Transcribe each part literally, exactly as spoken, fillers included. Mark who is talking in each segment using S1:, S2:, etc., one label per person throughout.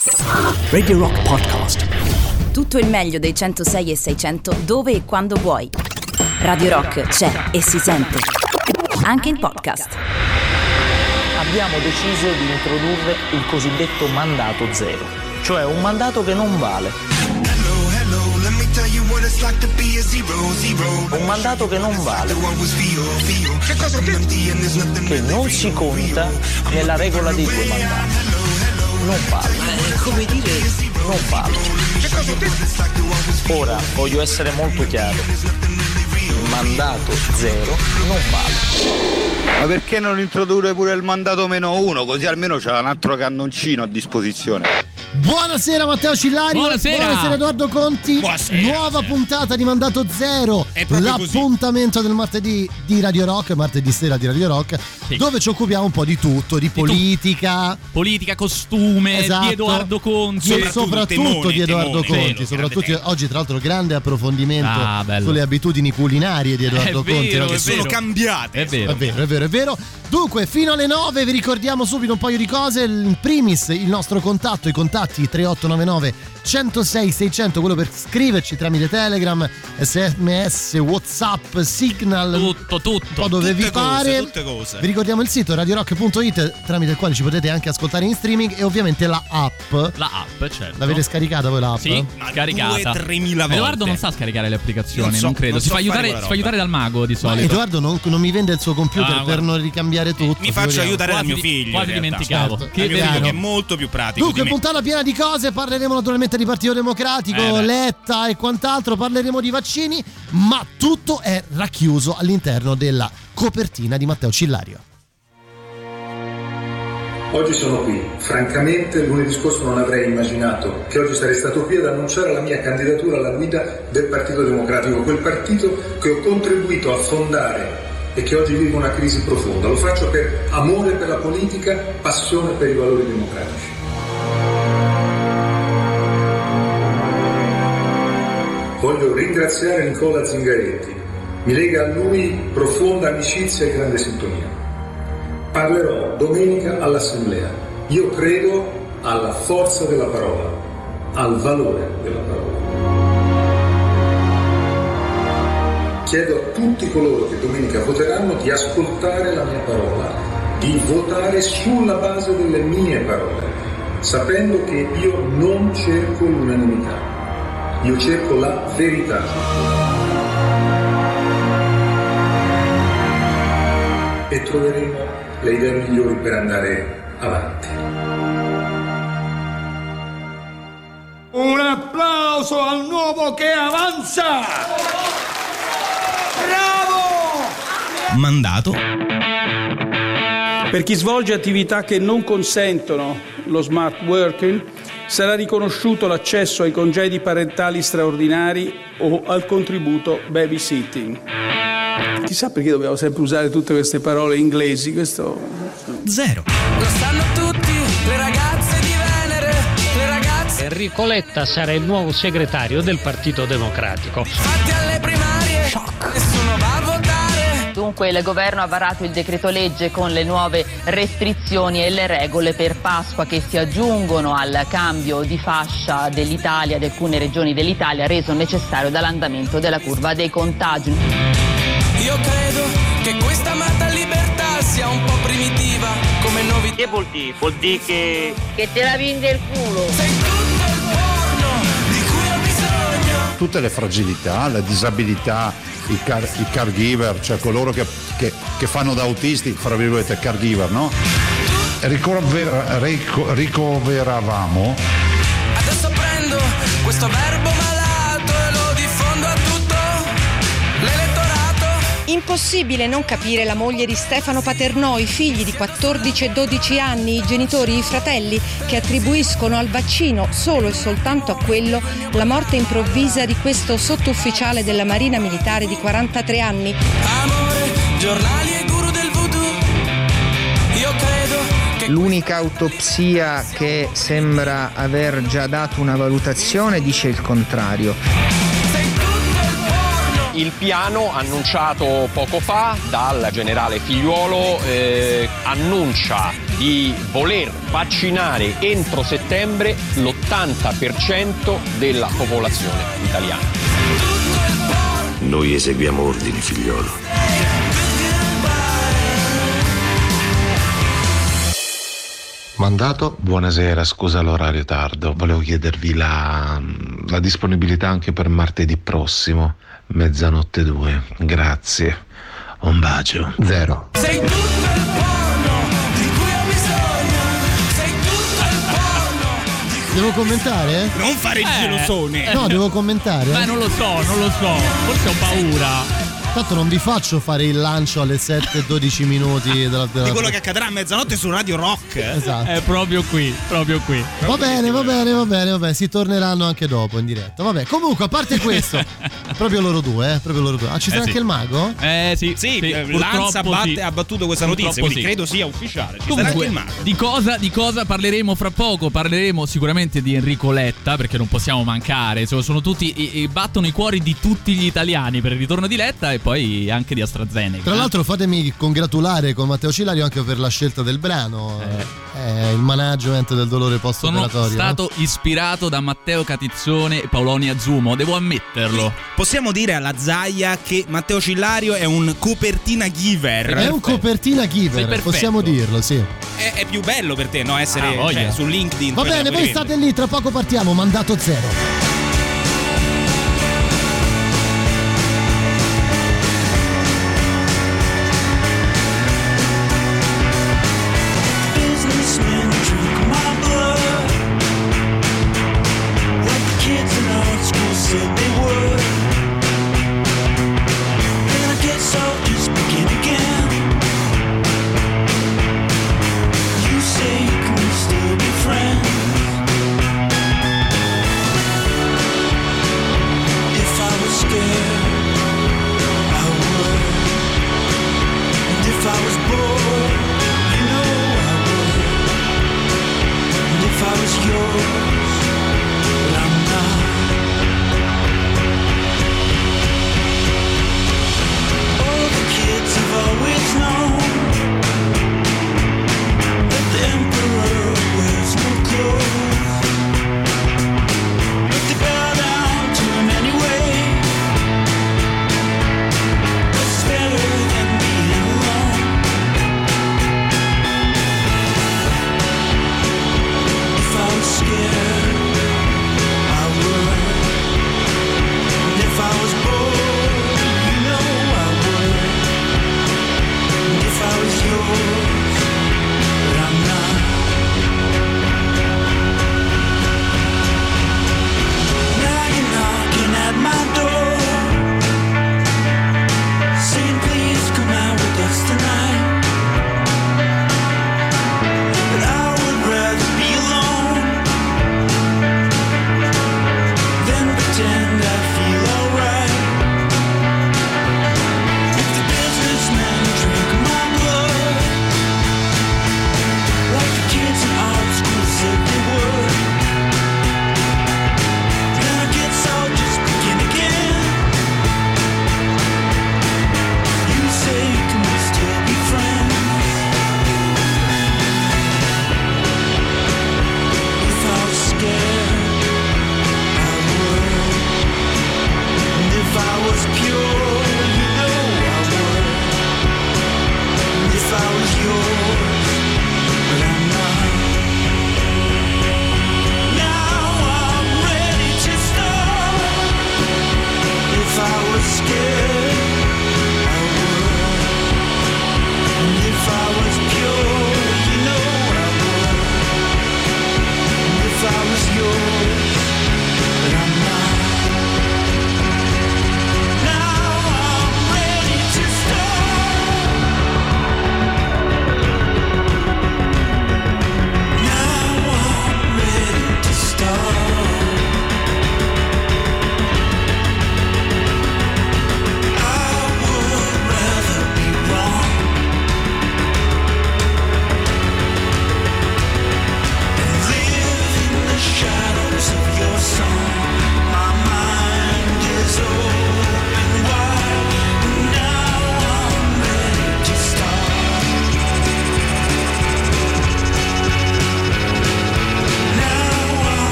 S1: Radio Rock Podcast.
S2: Tutto il meglio dei centosei e seicento dove e quando vuoi. Radio Rock c'è e si sente anche in podcast.
S3: Abbiamo deciso di introdurre il cosiddetto mandato zero, cioè un mandato che non vale. Un mandato che non vale, che non si conta nella regola dei due mandati. Non vale.
S1: È come dire,
S3: non vale. Ora voglio essere molto chiaro. Il mandato zero non vale.
S4: Ma perché non introdurre pure il mandato meno uno, così almeno c'è un altro cannoncino a disposizione.
S5: Buonasera Matteo Cillario.
S6: Buonasera.
S5: Buonasera Edoardo Conti.
S6: Buonasera.
S5: Nuova puntata di Mandato Zero.
S6: È proprio
S5: l'appuntamento
S6: così.
S5: del martedì di Radio Rock, martedì sera di Radio Rock,
S6: sì.
S5: dove ci occupiamo un po' di tutto, di politica,
S6: politica, costume,
S5: esatto.
S6: di Edoardo Conti,
S5: Sì, soprattutto, soprattutto
S6: temone,
S5: di Edoardo
S6: temone,
S5: Conti,
S6: vero,
S5: soprattutto
S6: grande
S5: oggi tra l'altro grande approfondimento
S6: Ah, bello.
S5: sulle abitudini culinarie di Edoardo
S6: È vero,
S5: Conti, no?
S6: è
S5: che
S6: vero.
S5: sono
S6: cambiate. È vero.
S5: È vero, è vero, è vero. Dunque, fino alle nove vi ricordiamo subito un paio di cose. In primis il nostro contatto, i contatti tre otto nove nove centosei seicento, quello per scriverci tramite Telegram, sms, WhatsApp, Signal,
S6: Tutto, tutto.
S5: un po' dove
S6: tutte
S5: vi pare.
S6: Cose, tutte cose.
S5: Vi ricordiamo il sito radio rock punto it, tramite il quale ci potete anche ascoltare in streaming, e ovviamente la app.
S6: La app, certo.
S5: L'avete scaricata voi la app?
S6: Sì, scaricata.
S7: tremila volte.
S6: Edoardo non sa scaricare le applicazioni,
S7: Non
S6: non,
S7: so,
S6: credo.
S7: non
S6: si,
S7: so
S6: fa aiutare,
S7: fare
S6: si
S7: quella
S6: fa aiutare dal mago di
S5: Ma
S6: solito.
S5: Edoardo non, non mi vende il suo computer
S6: Ah,
S5: per
S6: guarda.
S5: non ricambiare tutto.
S7: Mi faccio
S5: figuriamo.
S7: aiutare dal
S6: Quasi
S7: mio
S6: di-
S7: figlio.
S6: quasi
S7: in realtà.
S6: dimenticavo.
S5: Certo.
S6: Che
S7: Il mio figlio
S5: piano.
S7: che è molto più pratico
S5: Dunque,
S7: di me.
S5: puntata piena di cose, parleremo naturalmente di Partito Democratico,
S7: Eh beh.
S5: Letta e quant'altro, parleremo di vaccini, ma tutto è racchiuso all'interno della copertina di Matteo Cillario.
S8: Oggi sono qui. Francamente, lunedì scorso non avrei immaginato che oggi sarei stato qui ad annunciare la mia candidatura alla guida del Partito Democratico, quel partito che ho contribuito a fondare e che oggi vive una crisi profonda. Lo faccio per amore per la politica, passione per i valori democratici. Voglio ringraziare Nicola Zingaretti. Mi lega a lui profonda amicizia e grande sintonia. Parlerò domenica all'Assemblea. Io credo alla forza della parola, al valore della parola. Chiedo a tutti coloro che domenica voteranno di ascoltare la mia parola, di votare sulla base delle mie parole, sapendo che io non cerco l'unanimità, io cerco la verità. E troveremo le idee migliori per andare avanti.
S9: Un applauso al nuovo che avanza! Bravo!
S7: Mandato
S10: Per chi svolge attività che non consentono lo smart working sarà riconosciuto l'accesso ai congedi parentali straordinari o al contributo babysitting. Chissà perché dobbiamo sempre usare tutte queste parole inglesi, questo...
S7: zero.
S11: Lo sanno tutti, le ragazze di Venere, le ragazze...
S12: Enrico Letta sarà il nuovo segretario del Partito Democratico.
S11: Fatti alle primarie, shock. Nessuno va a votare.
S13: Dunque il governo ha varato il decreto legge con le nuove restrizioni e le regole per Pasqua che si aggiungono al cambio di fascia dell'Italia, di alcune regioni dell'Italia, reso necessario dall'andamento della curva dei contagi.
S11: Io credo che questa amata libertà sia un po' primitiva come novità.
S14: Che vuol dire? Vuol dire che...
S15: Che te la vende il culo.
S11: Sei tutto il porno di cui ho bisogno.
S16: Tutte le fragilità, la disabilità, i, car- i caregiver, cioè coloro che, che, che fanno da autisti, fra virgolette, caregiver, no? Ricover- rico- ricoveravamo.
S11: Adesso prendo questo verbo malato e lo diffondo a tutto l'elettorato.
S17: Impossibile non capire la moglie di Stefano Paternò, i figli di quattordici e dodici anni, i genitori, i fratelli, che attribuiscono al vaccino, solo e soltanto a quello, la morte improvvisa di questo sottufficiale della Marina Militare di quarantatré anni.
S11: Amore, giornali e guru del voodoo. Io credo che...
S18: L'unica autopsia che sembra aver già dato una valutazione dice il contrario.
S19: Il piano annunciato poco fa dal generale Figliuolo eh, annuncia di voler vaccinare entro settembre l'ottanta per cento della popolazione italiana.
S20: Noi eseguiamo ordini, figliolo.
S21: Mandato, buonasera, scusa l'orario tardo, volevo chiedervi la, la disponibilità anche per martedì prossimo, mezzanotte due, grazie, un bacio. Zero.
S11: Sei tutto il porno di cui ho bisogno. Sei tutto il porno.
S5: Devo commentare?
S7: Non fare il
S6: Eh.
S7: gelosone.
S5: No, devo commentare.
S6: Beh, non lo so, non lo so. Forse ho paura.
S5: Tanto non vi faccio fare il lancio alle sette e dodici minuti della, della...
S7: Di quello che accadrà a mezzanotte su Radio Rock.
S5: Esatto.
S6: È proprio qui, proprio qui.
S5: Va bene, va bene, va bene, va bene, si torneranno anche dopo in diretta. Vabbè, comunque, a parte questo, proprio loro due, eh, proprio loro due. Ah, ci sarà
S6: Eh, sì.
S5: anche il mago?
S6: Eh sì,
S7: Sì,
S6: sì,
S7: eh,
S6: purtroppo
S7: Lanza batte-
S6: sì.
S7: ha battuto questa
S6: Purtroppo
S7: notizia, quindi
S6: sì.
S7: credo sia ufficiale. Ci sarà anche
S6: Comunque,
S7: il mago.
S6: di cosa, di cosa parleremo fra poco? Parleremo sicuramente di Enrico Letta, perché non possiamo mancare. Sono, sono tutti, i, i- battono i cuori di tutti gli italiani per il ritorno di Letta e poi anche di AstraZeneca.
S5: Tra l'altro fatemi congratulare con Matteo Cilario anche per la scelta del brano, eh, il management del dolore
S6: Sono
S5: post-operatorio.
S6: stato ispirato da Matteo Catizzone e Paolonia Zumo, devo ammetterlo.
S7: Possiamo dire alla Zaia che Matteo Cillario è un copertina giver.
S5: È un copertina
S7: Sei
S5: giver,
S7: perfetto.
S5: possiamo dirlo, sì.
S7: È, è più bello per te, no? Essere
S5: Ah, voglia.
S7: cioè, su LinkedIn.
S5: Va
S7: poi
S5: bene,
S7: te la
S5: voi
S7: puoi
S5: state lì, tra poco partiamo, mandato zero.
S11: Businessmen drink my blood. What the kids in art school said they would. Then I guess I'll just begin again. You say can we still be friends?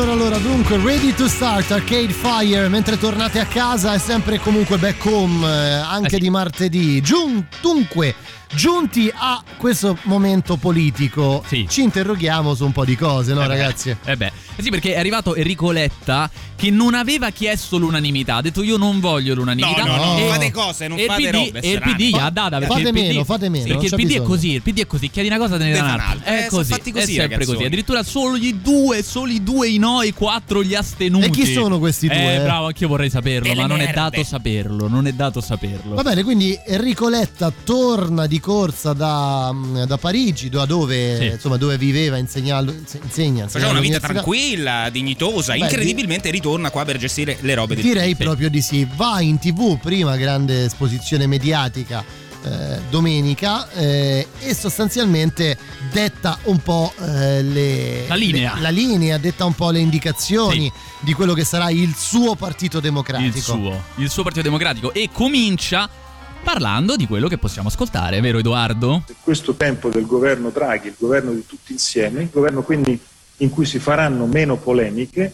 S5: allora, allora, dunque, Ready to Start, Arcade Fire, mentre tornate a casa è sempre comunque back home, eh, anche eh sì. di martedì. Giun- dunque, giunti a questo momento politico, sì. ci interroghiamo su un po' di cose, no,
S6: eh
S5: ragazzi?
S6: Eh beh, eh sì, perché è arrivato Enrico Letta che non aveva chiesto l'unanimità, ha detto io non voglio l'unanimità.
S7: No, no, no,
S6: e,
S7: non fate cose, non
S6: e
S7: fate
S6: il P D,
S7: robe
S6: e il P D gli ha data, perché
S5: fate
S6: il P D,
S5: meno, fate meno.
S6: Perché il P D
S5: bisogno.
S6: è così, il P D è così, chiedi una cosa te ne dà un'altra. È
S7: eh,
S6: così,
S7: fatti così,
S6: è sempre
S7: ragazzoni.
S6: così. Addirittura solo gli due, solo i due i no, i quattro gli astenuti.
S5: E chi sono questi due?
S6: Eh, bravo, anch'io vorrei saperlo,
S7: Delle
S6: ma non
S7: merde.
S6: è dato saperlo, non è dato saperlo.
S5: Va bene, quindi Enrico Letta torna di corsa da, da Parigi, da dove,
S6: Sì.
S5: insomma, dove viveva, insegnando, insegna.
S7: Faceva una vita
S5: all'università.
S7: tranquilla, dignitosa,
S5: Beh,
S7: incredibilmente ritorna qua per gestire le robe del
S5: Direi
S7: P D.
S5: proprio di sì. Va in tv, prima grande esposizione mediatica eh, domenica, eh, e sostanzialmente detta un po' eh, le,
S6: La linea.
S5: le- la linea, detta un po' le indicazioni
S6: Sì.
S5: di quello che sarà il suo partito democratico.
S6: Il suo, il suo partito democratico, e comincia parlando di quello che possiamo ascoltare, vero Edoardo?
S8: Questo tempo del governo Draghi, il governo di tutti insieme, il governo quindi in cui si faranno meno polemiche,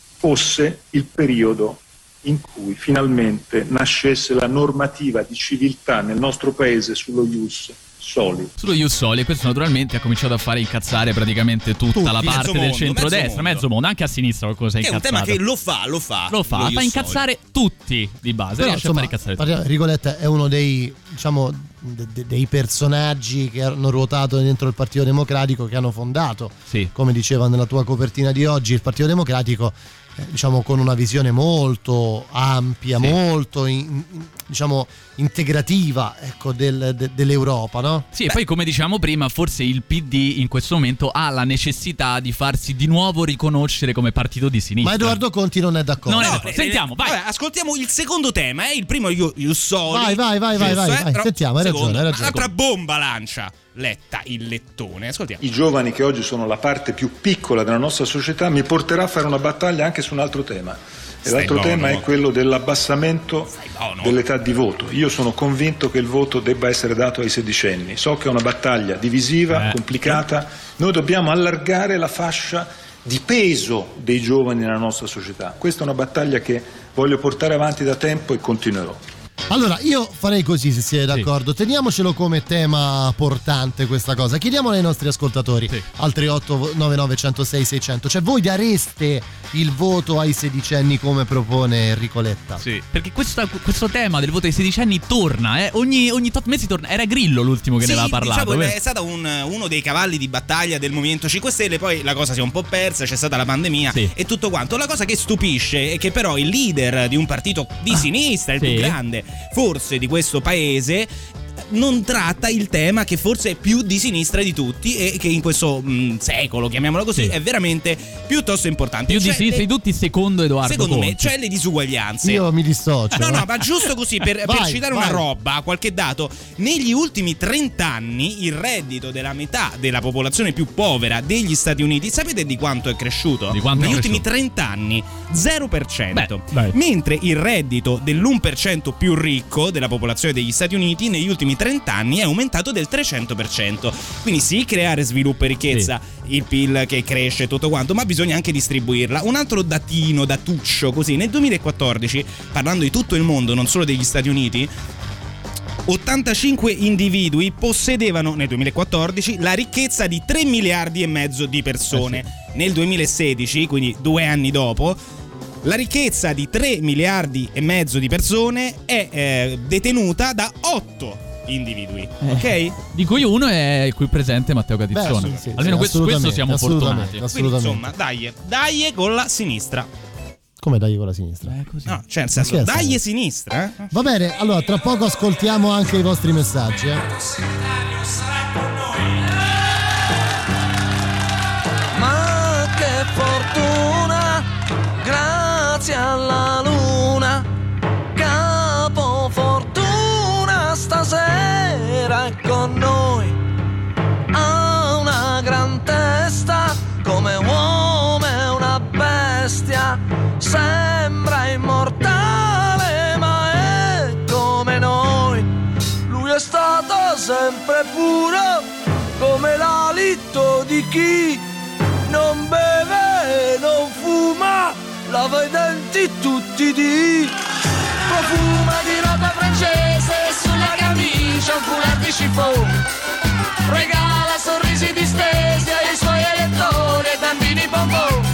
S8: fosse il periodo in cui finalmente nascesse la normativa di civiltà nel nostro paese sullo ius soli.
S6: Sullo Ius Soli, e questo naturalmente ha cominciato a fare incazzare praticamente tutta
S5: Tutti,
S6: la
S7: mezzo
S6: parte del
S7: mondo,
S6: centrodestra,
S7: mezzo
S6: mezzo
S7: mondo.
S6: mondo, anche a sinistra qualcosa è
S7: Che è un
S6: incazzato.
S7: tema che lo fa, lo fa.
S6: Lo fa,
S7: lo
S6: fa
S7: Ius
S6: incazzare tutti di base,
S5: Però,
S6: riesce
S5: insomma,
S6: a fare incazzare tutti.
S5: parliamo- Enrico Letta è uno dei, diciamo, de- de- dei personaggi che hanno ruotato dentro il Partito Democratico, che hanno fondato,
S6: Sì.
S5: come diceva nella tua copertina di oggi, il Partito Democratico, eh, diciamo, con una visione molto ampia,
S6: Sì.
S5: molto in- in- diciamo integrativa, ecco, del- de- dell'Europa, no?
S6: Sì, e poi come diciamo prima, forse il P D in questo momento ha la necessità di farsi di nuovo riconoscere come partito di sinistra.
S5: Ma Edoardo Conti non è d'accordo.
S6: Non è
S7: No,
S6: d'accordo.
S7: eh,
S6: Sentiamo, vai.
S7: vabbè, ascoltiamo il secondo tema, eh? Il primo Iu- Ius Soli.
S5: Vai, vai, vai, vai,
S7: giusto,
S5: vai,
S7: eh?
S5: vai,
S7: Però
S5: sentiamo, hai
S7: secondo,
S5: ragione, hai ragione.
S7: Un'altra bomba lancia Letta, il lettone. Ascoltiamo.
S8: I giovani che oggi sono la parte più piccola della nostra società mi porterà a fare una battaglia anche su un altro tema. E
S7: Stai
S8: l'altro
S7: buono,
S8: tema è
S7: no?
S8: quello dell'abbassamento
S7: buono.
S8: dell'età di voto. Io sono convinto che il voto debba essere dato ai sedicenni. So che è una battaglia divisiva,
S6: Eh.
S8: complicata. Noi dobbiamo allargare la fascia di peso dei giovani nella nostra società. Questa è una battaglia che voglio portare avanti da tempo e continuerò.
S5: Allora, io farei così, se siete d'accordo. Teniamocelo come tema portante questa cosa. Chiediamolo ai nostri ascoltatori,
S6: Sì.
S5: al tre otto nove nove uno zero sei sei zero zero. Cioè, voi dareste il voto ai sedicenni come propone Enrico Letta?
S6: Sì, perché questa- questo tema del voto ai sedicenni torna, eh? ogni, ogni tot mesi torna. Era Grillo l'ultimo che
S7: Sì,
S6: ne aveva parlato.
S7: diciamo,
S6: vero?
S7: è stato un- uno dei cavalli di battaglia del Movimento cinque Stelle. Poi la cosa si è un po' persa, c'è stata la pandemia
S6: Sì.
S7: e tutto quanto. La cosa che stupisce è che però il leader di un partito di sinistra, il
S6: sì.
S7: più grande forse di questo paese, non tratta il tema che forse è più di sinistra di tutti e che in questo mh, secolo, chiamiamolo così,
S6: Sì.
S7: è veramente piuttosto importante.
S6: Più di
S7: Cioè,
S6: sinistra
S7: le-
S6: di tutti, secondo Edoardo
S7: Secondo me,
S6: Conti.
S7: cioè le disuguaglianze.
S5: Io mi dissocio.
S7: No, no, ma giusto così per, per
S5: Vai,
S7: citare
S5: vai.
S7: una roba, qualche dato. Negli ultimi trenta anni il reddito della metà della popolazione più povera degli Stati Uniti, sapete di quanto è cresciuto?
S6: Di quanto è
S7: Negli
S6: cresciuto?
S7: ultimi trenta anni zero per cento.
S6: Beh, dai.
S7: Mentre il reddito dell'uno per cento più ricco della popolazione degli Stati Uniti negli ultimi trenta anni è aumentato del trecento per cento. Quindi sì, creare sviluppo e ricchezza, il P I L che cresce, tutto quanto, ma bisogna anche distribuirla. Un altro datino, datuccio così, nel duemilaquattordici, parlando di tutto il mondo, non solo degli Stati Uniti, ottantacinque individui possedevano nel duemilaquattordici la ricchezza di tre miliardi e mezzo di persone.
S6: Eh sì.
S7: Nel duemilasedici, quindi due anni dopo, la ricchezza di tre miliardi e mezzo di persone è eh, detenuta da otto individui,
S6: Eh.
S7: ok?
S6: Di cui uno è qui presente Matteo Catizzone.
S5: Beh, sì, sì,
S6: Almeno
S5: sì,
S6: questo, questo siamo
S5: assolutamente,
S6: fortunati.
S7: Quindi
S5: assolutamente.
S7: insomma, dai, dai con la sinistra.
S5: Come dai con la sinistra?
S6: Eh, così.
S7: No, cioè nel
S5: Ma
S7: senso,
S5: che è
S7: dai
S5: stato?
S7: e sinistra, eh?
S5: Va bene, allora tra poco ascoltiamo anche i vostri messaggi, eh.
S11: Ma che fortuna, grazie alla luna, capo fortuna stasera è con noi. Ha una gran testa come uomo e una bestia, sembra immortale ma è come noi. Lui è stato sempre puro come l'alito di chi non beve, non fuma lava i denti tutti di profuma di roba francese sulla camicia un foulard di chiffon, regala sorrisi distesi ai suoi elettori e bambini bonbon.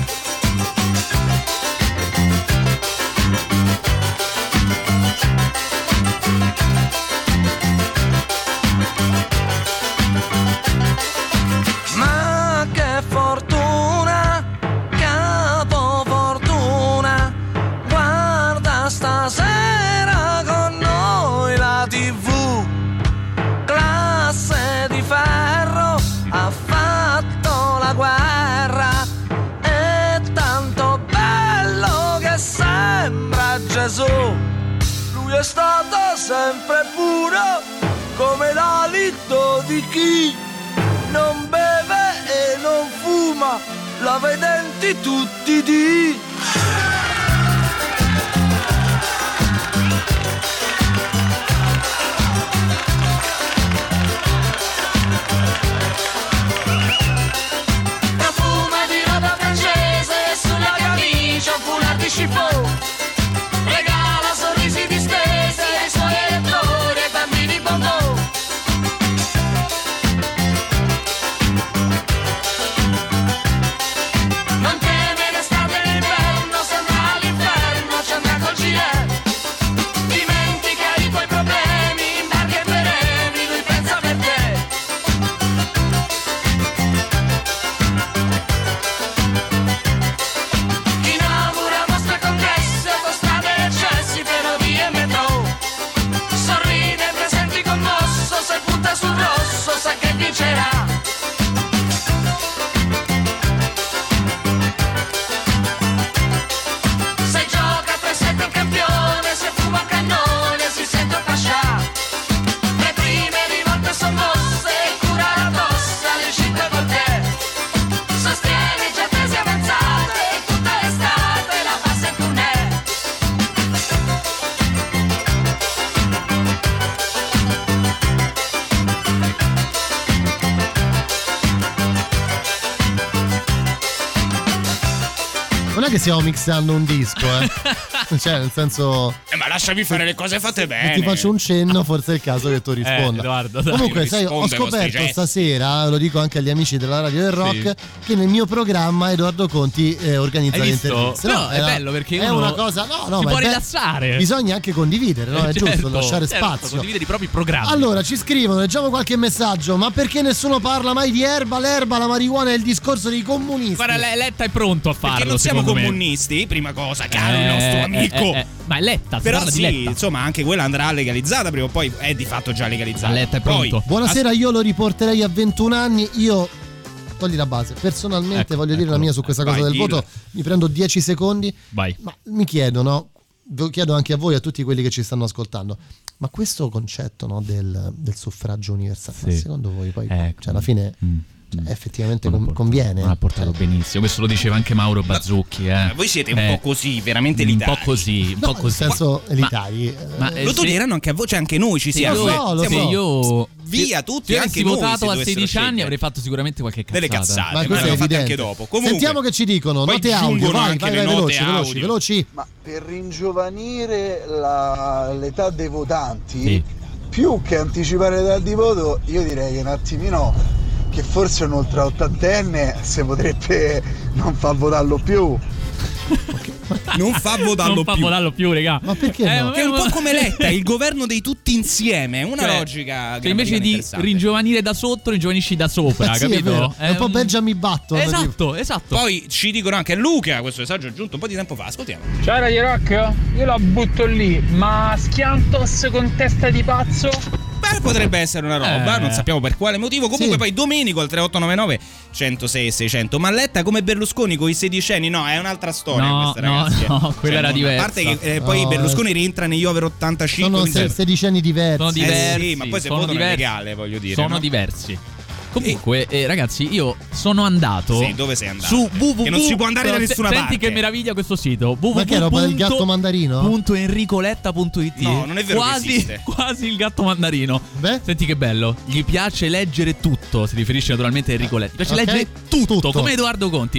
S11: Ma che fortuna, capo fortuna, guarda stasera con noi la tivù, classe di ferro, ha fatto la guerra, è tanto bello che sembra Gesù, lui è stato sempre puro come l'alito di chi non beve e non fuma, lava i denti tutti di. Profuma di roba francese sulla camicia un foulard di chiffon, regala sorrisi distesi ai suoi elettori e bambini bonbon. Non teme l'estate e l'inverno, se andrà all'inferno ci andrà col gilet. Dimentica i tuoi problemi, in barche e veremi, lui pensa per te. Inaugura mostre, congressi, autostrade e accessi, ferrovie e metro. Sorride, presenti commosso, se punta sul rosso sa che vincerà. Se gioca a tre sette un campione, se fuma un cannone si sente un pascià. Le prime rivolte son mosse e cura la tosse alle cinque volte. Sostiene già tesi avanzate e tutta l'estate la passa in tournée.
S5: Non è che stiamo mixando un disco, eh. Cioè, nel senso.
S7: Eh, ma lasciami fare le cose fatte bene.
S5: Se ti faccio un cenno, forse è il caso che tu risponda.
S6: Eh, Edoardo, dai.
S5: Comunque, sai, ho
S7: Risponde con sti
S5: scoperto
S7: gesti.
S5: stasera, lo dico anche agli amici della radio del rock, che nel mio programma Edoardo Conti eh, organizza
S6: Hai
S5: le
S6: visto?
S5: interviste.
S6: No, è bello perché
S5: è
S6: uno
S5: una cosa. No, no,
S6: si
S5: ma
S6: può
S5: è be-
S6: rilassare.
S5: Bisogna anche condividere, no? È
S6: Certo,
S5: giusto lasciare
S6: certo,
S5: spazio.
S6: condividere i propri programmi.
S5: Allora, ci scrivono, leggiamo qualche messaggio. Ma perché nessuno parla mai di erba? L'erba, la marijuana è il discorso dei comunisti.
S6: Guarda, Letta è pronto a farlo.
S7: Perché non siamo
S6: secondo me.
S7: comunisti, prima cosa, caro
S6: Eh,
S7: il nostro
S6: eh,
S7: amico.
S6: eh, eh. Ma è Letta, si
S7: Però
S6: parla
S7: sì,
S6: di Letta.
S7: insomma, anche quella andrà legalizzata prima o poi, è di fatto già legalizzata.
S6: Letta è
S7: Poi,
S6: pronto.
S5: Buonasera, io lo riporterei a ventuno anni. Io togli la base. Personalmente
S6: Ecco,
S5: voglio dire
S6: eccolo.
S5: la mia su questa cosa
S7: Vai,
S5: del
S7: dillo.
S5: voto. Mi prendo dieci secondi.
S6: Vai.
S5: Ma mi chiedo, no? Lo chiedo anche a voi, a tutti quelli che ci stanno ascoltando. Ma questo concetto, no, del, del suffragio universale,
S6: Sì.
S5: ma secondo voi poi,
S6: Ecco.
S5: cioè, alla fine
S6: Mm.
S5: cioè, effettivamente
S6: Non ha
S5: con-
S6: portato-
S5: conviene?
S6: Non ha portato
S5: Cioè,
S6: benissimo. Questo lo diceva anche Mauro Bazzucchi. Eh.
S7: voi siete un
S6: Eh,
S7: po' così, veramente
S6: un
S7: elitari.
S6: po' così, un
S5: no,
S6: po'
S5: nel
S6: così.
S5: senso
S6: Ma-
S5: elitari.
S6: ma,
S5: eh,
S6: eh,
S7: Lo
S6: sì.
S7: toglieranno anche a voi, cioè anche noi ci
S6: Sì,
S7: siamo.
S5: lo so, lo
S7: Siamo-
S5: so.
S6: io
S7: Via tutti,
S6: se
S7: anche
S6: avessi
S7: noi,
S6: votato
S7: se
S6: a
S7: dovessero
S6: sedici anni
S7: scegliere.
S6: avrei fatto sicuramente qualche cazzata.
S7: Delle cazzate,
S5: ma
S7: ma
S5: questo
S7: le
S5: è
S7: hanno fatte
S5: evidente.
S7: anche dopo. Comunque,
S5: Sentiamo che ci dicono.
S7: poi
S5: Note audio,
S7: giungono
S5: vai,
S7: anche
S5: vai,
S7: le
S5: vai,
S7: note
S5: veloci, veloci,
S7: audio.
S5: veloci.
S2: Ma per ringiovanire la- l'età dei votanti,
S6: Sì.
S2: più che anticipare l'età di voto, io direi che un attimino che forse un ultra ottantenne si potrebbe non far votarlo più.
S7: non fa votarlo
S6: non fa
S7: più.
S6: votarlo più, regà.
S5: Ma perché
S6: Eh,
S5: no?
S7: Che è un po' come Letta, il governo dei tutti insieme, è una
S6: Cioè,
S7: logica.
S6: Cioè, invece di
S7: interessante.
S6: ringiovanire da sotto, ringiovanisci da sopra,
S5: Eh sì, è
S6: capito?
S5: vero. È un po' Benjamin Button. tipo.
S6: Esatto, esatto.
S7: Poi ci dicono anche Luca, questo messaggio è giunto un po' di tempo fa, ascoltiamo.
S22: Ciao Radio Rock, io la butto lì, ma Schiantos con testa di pazzo?
S7: Beh, potrebbe essere una roba,
S6: Eh.
S7: non sappiamo per quale motivo. Comunque
S5: Sì.
S7: poi Domenico al tre otto nove nove uno zero sei sei zero zero. Ma Letta come Berlusconi con i sedicenni? No, è un'altra storia
S6: No,
S7: questa,
S6: no,
S7: ragazzi.
S6: no, quella era
S7: non-
S6: diversa.
S7: A parte che eh, poi
S5: No,
S7: Berlusconi rientra negli over ottantacinque.
S5: Sono
S7: quindi-
S5: se- sedicenni diversi.
S6: Sono
S7: Eh
S6: diversi.
S7: sì, ma poi se
S6: sono
S7: votano è
S6: diversi.
S7: legale, voglio dire,
S6: Sono
S7: no?
S6: diversi. Comunque, eh, ragazzi, io sono andato.
S7: Sì, dove sei andato?
S6: Su www.
S7: Che non si può andare da
S6: Se-
S7: nessuna
S6: Senti
S7: parte.
S6: che meraviglia questo sito.
S5: Ma che roba del gatto mandarino?
S6: punto enricoletta punto it.
S7: No, non è vero che
S6: quasi,
S7: esiste.
S6: quasi il gatto mandarino.
S5: Beh.
S6: Senti che bello. Gli piace leggere tutto. Si riferisce naturalmente a Enrico Letta. Gli piace
S5: Ok.
S6: leggere tutto,
S5: Tutto.
S6: come Edoardo Conti.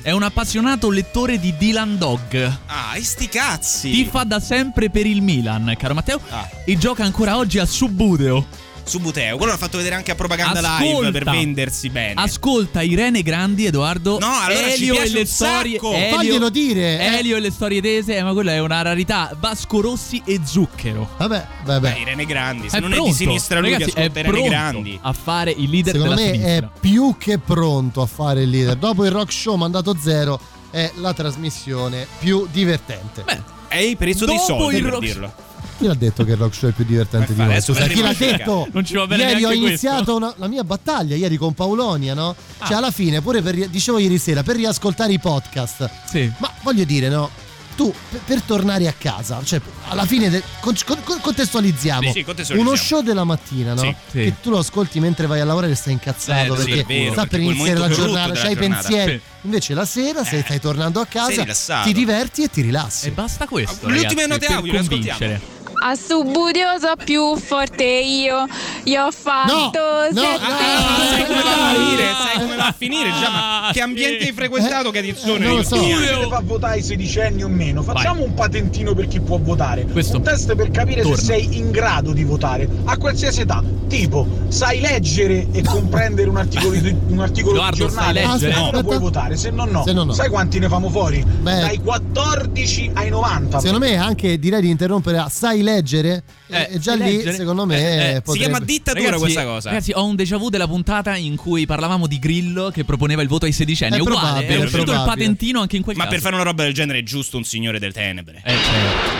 S6: è un appassionato lettore di Dylan Dog.
S7: Ah, e sti cazzi!
S6: Tifa da sempre per il Milan, caro Matteo,
S7: ah.
S6: e gioca ancora oggi a Subbuteo.
S7: Subuteo, quello l'ha fatto vedere anche a Propaganda
S6: Ascolta,
S7: Live per vendersi bene.
S6: Ascolta Irene Grandi, Edoardo.
S7: No, allora
S6: Elio
S7: ci piace
S6: e le
S7: un
S6: storie.
S7: sacco.
S6: Elio,
S5: Faglielo dire. eh.
S6: Elio e le storie tese, eh, ma quella è una rarità. Vasco Rossi e Zucchero.
S5: Vabbè, vabbè.
S7: Beh, Irene Grandi, se
S6: È
S7: non
S6: pronto.
S7: è di sinistra lui
S6: Ragazzi,
S7: che ascolta
S6: è
S7: Irene
S6: pronto
S7: Grandi
S6: a fare il leader
S5: Secondo
S6: della
S5: me
S6: sinistra.
S5: è più che pronto a fare il leader. Dopo il rock show mandato zero è la trasmissione più divertente.
S7: Beh, è per il suo dei
S6: Dopo
S7: soldi
S6: il
S7: per
S6: rock-
S7: dirlo.
S5: Chi l'ha detto che il rock show è più divertente di noi?
S7: adesso
S5: Scusa, chi l'ha
S7: vedremo.
S5: detto?
S6: Non ci va bene
S5: Ieri ho
S6: neanche
S5: iniziato una- la mia battaglia ieri con Paolonia, no? Cioè alla fine, pure per ri- dicevo ieri sera, per riascoltare i podcast.
S6: Sì.
S5: Ma voglio dire, no? Tu per, per tornare a casa, cioè alla fine de- con- con- contestualizziamo.
S7: Sì, sì, contestualizziamo.
S5: Uno show della mattina, no?
S7: Sì,
S6: sì.
S5: Che tu lo ascolti mentre vai a lavorare e stai incazzato
S7: Eh, sì,
S5: perché
S7: è vero,
S5: sta
S7: perché
S5: per
S7: quel
S5: iniziare la
S7: momento più
S5: giornata,
S7: brutto
S5: c'hai i
S7: della giornata.
S5: pensieri.
S6: Sì.
S5: Invece la sera, se
S7: Eh,
S5: stai tornando a
S7: sei
S5: casa,
S7: rilassato.
S5: ti diverti e ti rilassi.
S6: E basta questo.
S7: Le ultime
S6: ragazzi,
S7: note
S6: per
S7: audio, le ascoltiamo.
S6: convincere.
S1: A Subbuteo so più forte io. Io ho fatto
S5: no,
S1: sette
S7: Ah, sai come va a
S5: dai.
S7: finire? Sai come va a finire? Già, ma che ambiente hai frequentato, che edizione?
S5: Eh, non lo so.
S3: Se fa votare i sedicenni o meno, facciamo un patentino per chi può votare.
S6: Questo
S3: un test per capire
S6: torna.
S3: se sei in grado di votare a qualsiasi età. Tipo, sai leggere e comprendere un articolo di, un articolo di
S6: Edoardo,
S3: giornale?
S6: sai leggere?
S3: Allora puoi votare, se no no.
S5: Se no, no.
S3: Sai quanti ne famo fuori?
S5: Beh.
S3: Dai quattordici ai novanta.
S5: Secondo me anche direi di interrompere a sai leggere
S6: Eh,
S5: e già
S6: sai
S5: lì
S6: leggere?
S5: secondo me
S6: Eh, eh,
S7: Si
S5: potrebbe...
S7: chiama dittatura
S6: Ragazzi,
S7: questa cosa.
S6: Ragazzi, ho un déjà vu della puntata in cui parlavamo di Grillo che proponeva il voto ai sedicenni. È,
S5: È
S6: uguale,
S5: probabile,
S6: è
S5: è
S6: uscito il
S5: probabile.
S6: patentino anche in quel
S7: Ma
S6: caso.
S7: per fare una roba del genere è giusto un signore del tenebre.
S6: Eh, certo.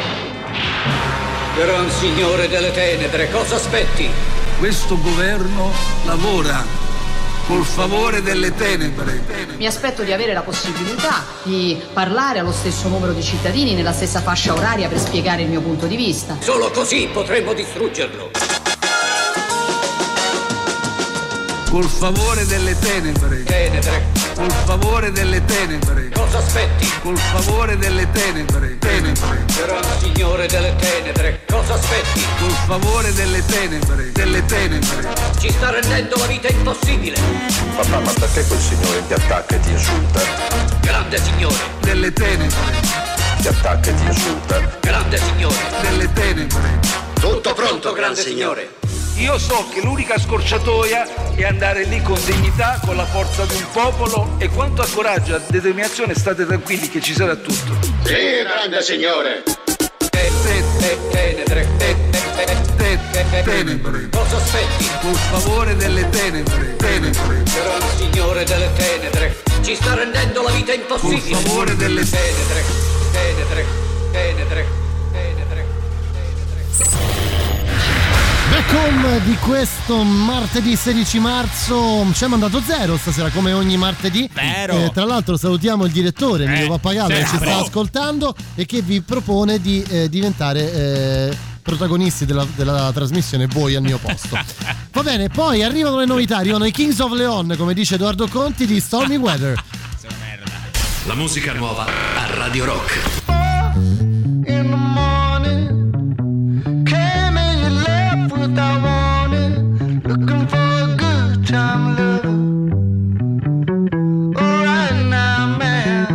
S23: Gran signore delle tenebre, cosa aspetti?
S9: Questo governo lavora col favore delle tenebre.
S24: Mi aspetto di avere la possibilità di parlare allo stesso numero di cittadini nella stessa fascia oraria per spiegare il mio punto di vista.
S23: Solo così potremmo distruggerlo.
S9: Col favore delle tenebre.
S23: Tenebre,
S9: Col favore delle tenebre.
S23: cosa aspetti?
S9: Col favore delle tenebre. Tenebre.
S23: Gran signore delle tenebre, cosa aspetti?
S9: Col favore delle tenebre. Delle tenebre.
S23: Ci sta rendendo la vita impossibile.
S20: Papà, ma perché quel signore ti attacca e ti insulta?
S23: Grande signore,
S9: Delle tenebre.
S20: Ti attacca e ti insulta?
S23: grande signore.
S9: Delle tenebre.
S23: Tutto pronto, grande signore.
S9: Io so che l'unica scorciatoia è andare lì con dignità, con la forza di un popolo, e quanto a coraggio e a determinazione state tranquilli che ci sarà tutto.
S23: Sì, grande signore. Te, te, te, tenebre, te, te, te, te, te,
S9: Tenebre.
S23: cosa aspetti?
S9: Col favore delle tenebre. Tenebre.
S23: Gran signore delle tenebre, ci sta rendendo la vita impossibile.
S9: Col favore delle
S23: tenebre, tenebre, tenebre, tenebre.
S5: Back home di questo martedì sedici marzo. Ci ha mandato zero stasera come ogni martedì.
S7: Vero.
S5: Eh, tra l'altro salutiamo il direttore Emilio
S7: Eh,
S5: Pappagallo che ci
S7: sempre.
S5: sta ascoltando e che vi propone di eh, diventare eh, protagonisti della, della trasmissione Voi al mio posto. Va bene, poi arrivano le novità, arrivano i Kings of Leon, come dice Edoardo Conti, di Stormy Weather.
S25: La musica nuova a Radio Rock.
S11: In the morning, came and you left without warning, looking for a good time, love. Oh, right now, man.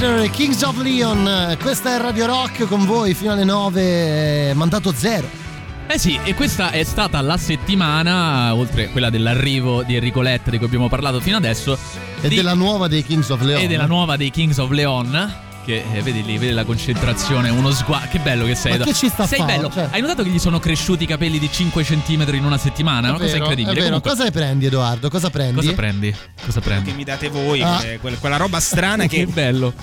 S5: Rider, Kings of Leon. Questa è Radio Rock con voi fino alle nove, mandato zero.
S6: Eh sì, e questa è stata la settimana, oltre a quella dell'arrivo di Enrico Letta di cui abbiamo parlato fino adesso,
S5: e
S6: di...
S5: della nuova dei Kings of Leon.
S6: E della nuova dei Kings of Leon. Che eh, vedi lì, vedi la concentrazione, uno sguardo. Che bello che sei.
S5: Ma che ci sta
S6: sei
S5: fa,
S6: bello.
S5: cioè...
S6: Hai notato che gli sono cresciuti i capelli di cinque centimetri in una settimana? È una cosa incredibile.
S5: È vero.
S6: Comunque...
S5: Cosa prendi, Edoardo? Cosa prendi?
S6: Cosa prendi? Cosa prendi?
S7: Che mi date voi,
S5: ah.
S7: quella, quella roba strana che...
S6: Che bello.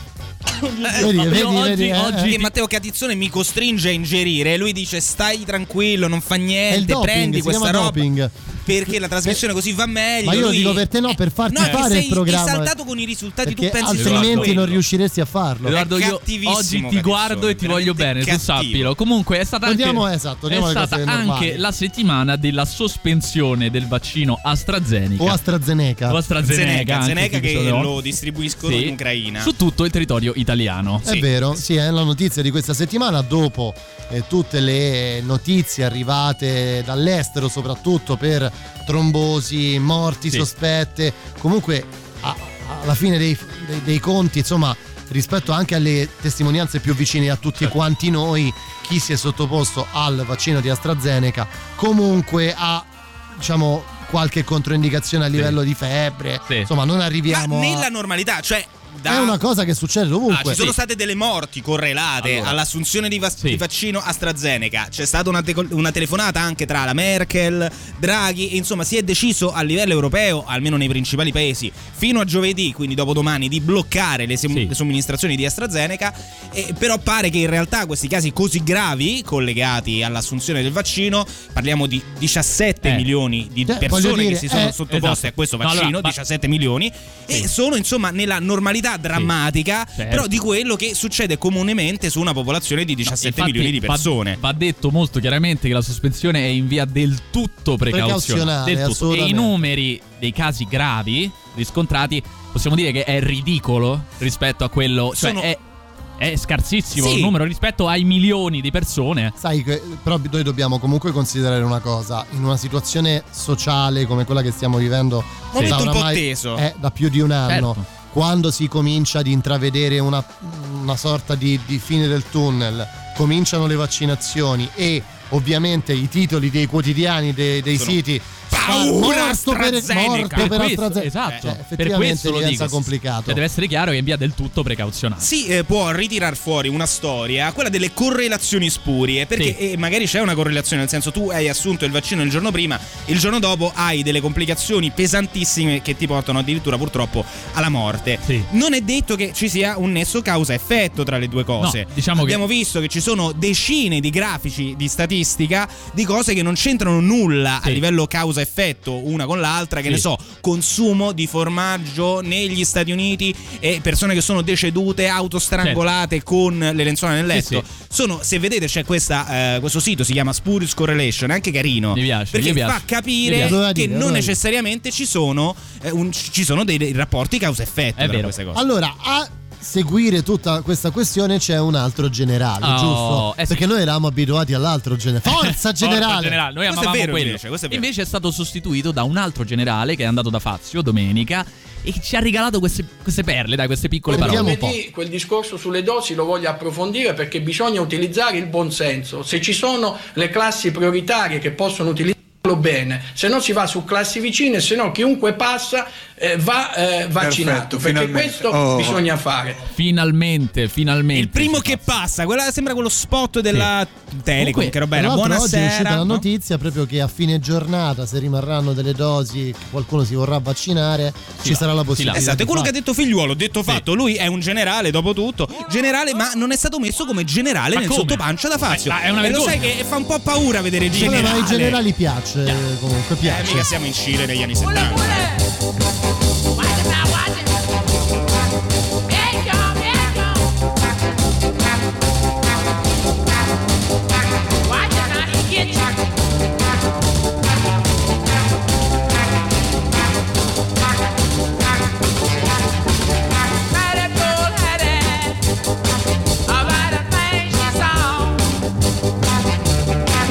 S5: Vedi, vedi,
S7: oggi,
S5: vedi, eh,
S7: oggi
S5: eh.
S7: Matteo Catizzone mi costringe a ingerire. Lui dice stai tranquillo, non fa niente,
S5: doping,
S7: prendi questa roba
S5: doping.
S7: Perché la trasmissione così va meglio.
S5: Ma io
S7: lui...
S5: dico per te no, per farti
S7: no,
S5: fare
S7: sei
S5: il programma
S7: esaltato con i risultati, tu pensi
S5: altrimenti non riusciresti a farlo.
S6: Edoardo, io oggi ti guardo e ti voglio bene, tu sappilo. Comunque è stata anche,
S5: andiamo, esatto,
S6: è stata anche
S5: normali.
S6: la settimana della sospensione del vaccino AstraZeneca
S5: o AstraZeneca
S6: o AstraZeneca,
S7: AstraZeneca che
S6: lo,
S7: lo distribuiscono
S6: sì,
S7: in Ucraina
S6: su tutto il territorio italiano.
S5: È
S7: sì.
S5: vero, sì, è la notizia di questa settimana dopo eh, tutte le notizie arrivate dall'estero, soprattutto per trombosi, morti
S6: sì.
S5: sospette. Comunque a, alla fine dei, dei, dei conti, insomma, rispetto anche alle testimonianze più vicine a tutti quanti noi, chi si è sottoposto al vaccino di AstraZeneca comunque ha, diciamo, qualche controindicazione a livello sì. di febbre. Sì. Insomma, non arriviamo
S7: Ma nella
S5: a...
S7: normalità, cioè Da...
S5: è una cosa che succede dovunque.
S7: Ah, ci sono
S5: sì.
S7: state delle morti correlate
S6: allora.
S7: all'assunzione di, va-
S6: sì.
S7: di vaccino AstraZeneca. C'è stata una, te- una telefonata anche tra la Merkel, Draghi, e insomma si è deciso a livello europeo, almeno nei principali paesi, fino a giovedì, quindi dopodomani, di bloccare le, sem-
S6: sì.
S7: le somministrazioni di AstraZeneca. E però pare che in realtà questi casi così gravi collegati all'assunzione del vaccino, parliamo di diciassette
S6: eh.
S7: milioni di
S5: Cioè,
S7: persone
S5: dire,
S7: che si sono
S5: eh,
S7: sottoposte
S6: esatto.
S7: a questo
S6: No,
S7: vaccino,
S6: allora, ma...
S7: diciassette milioni,
S6: sì.
S7: e sono insomma nella normalità drammatica,
S6: sì, certo.
S7: però di quello che succede comunemente su una popolazione di diciassette
S6: no,
S7: milioni di persone.
S6: Va, va detto molto chiaramente che la sospensione è in via del tutto precauzionale, del tutto. E i numeri dei casi gravi riscontrati possiamo dire che è ridicolo rispetto a quello, cioè
S7: Sono...
S6: è È scarsissimo
S7: sì.
S6: il numero rispetto ai milioni di persone.
S5: Sai, però noi dobbiamo comunque considerare una cosa: in una situazione sociale come quella che stiamo vivendo,
S7: momento
S5: da
S7: un po'
S5: oramai
S7: teso,
S5: è da più di un anno,
S6: certo.
S5: quando si comincia ad intravedere una, una sorta di, di fine del tunnel, cominciano le vaccinazioni e ovviamente i titoli dei quotidiani, dei, dei
S7: Sono
S5: siti
S7: paura
S5: morto per, morto per,
S6: per
S5: AstraZeneca.
S6: Esatto,
S5: cioè,
S6: per
S5: effettivamente
S6: questo lo
S5: diventa
S6: dico.
S5: complicato.
S6: Cioè, deve essere chiaro che in via del tutto precauzionale.
S7: Si eh, può ritirar fuori una storia, quella delle correlazioni spurie, perché
S6: sì.
S7: eh, magari c'è una correlazione, nel senso tu hai assunto il vaccino il giorno prima, il giorno dopo hai delle complicazioni pesantissime che ti portano addirittura purtroppo alla morte.
S6: Sì.
S7: Non è detto che ci sia un nesso causa-effetto tra le due cose.
S6: No, diciamo
S7: Abbiamo
S6: che...
S7: visto che ci sono decine di grafici di statistica di cose che non c'entrano nulla
S6: sì.
S7: a livello causa-effetto una con l'altra, che
S6: sì.
S7: ne so, consumo di formaggio negli Stati Uniti e persone che sono decedute autostrangolate certo. con le lenzuola nel letto.
S6: Sì, sì.
S7: Sono, se vedete, c'è questa, eh, questo sito si chiama Spurious Correlation, è anche carino.
S6: Mi piace,
S7: perché
S6: mi piace.
S7: fa capire
S5: piace.
S7: che
S5: dire,
S7: non necessariamente ci sono, eh, un, ci sono dei, dei rapporti causa-effetto
S6: è
S7: tra
S6: vero.
S7: queste cose.
S5: Allora, a seguire tutta questa questione c'è un altro generale,
S6: oh,
S5: giusto?
S6: Eh sì.
S5: Perché noi eravamo abituati all'altro generale. Forza generale!
S6: Forza generale. Noi
S7: questo
S6: amavamo
S7: è vero,
S6: quello.
S7: invece, questo è vero.
S6: Invece è stato sostituito da un altro generale che è andato da Fazio domenica e ci ha regalato queste, queste perle, dai, queste piccole
S5: Vediamo
S6: parole.
S5: un po'.
S22: Quel discorso sulle dosi lo voglio approfondire perché bisogna utilizzare il buonsenso. Se ci sono le classi prioritarie che possono utilizzare bene, se no si va su classi vicine, se no chiunque passa eh, va eh, vaccinato.
S2: Perfetto,
S22: perché
S2: finalmente.
S22: questo
S2: Oh.
S22: bisogna fare.
S6: Finalmente, finalmente.
S7: Il primo che passa, quella sembra quello spot della Telecom,
S5: Comunque,
S7: che roba era.
S5: tra l'altro oggi è uscita
S7: Buonasera.
S5: la
S7: no?
S5: notizia proprio che a fine giornata, se rimarranno delle dosi, qualcuno si vorrà vaccinare, ci
S6: là,
S5: sarà la
S6: sì, là.
S5: possibilità.
S7: Esatto, è
S5: di
S7: quello che ha
S5: farlo.
S7: detto Figliuolo, detto
S6: Sì.
S7: fatto. Lui è un generale, dopo tutto. Generale, ma non è stato messo come generale
S6: Ma
S7: nel
S6: come?
S7: sottopancia da Fazio.
S6: Eh, è una
S7: e lo
S6: vergogna.
S7: sai che fa un po' paura vedere
S5: Vabbè,
S7: generale.
S5: ma ai generali piace,
S6: Yeah.
S5: comunque
S7: Eh,
S5: piace.
S7: mica siamo in Cile negli anni settanta.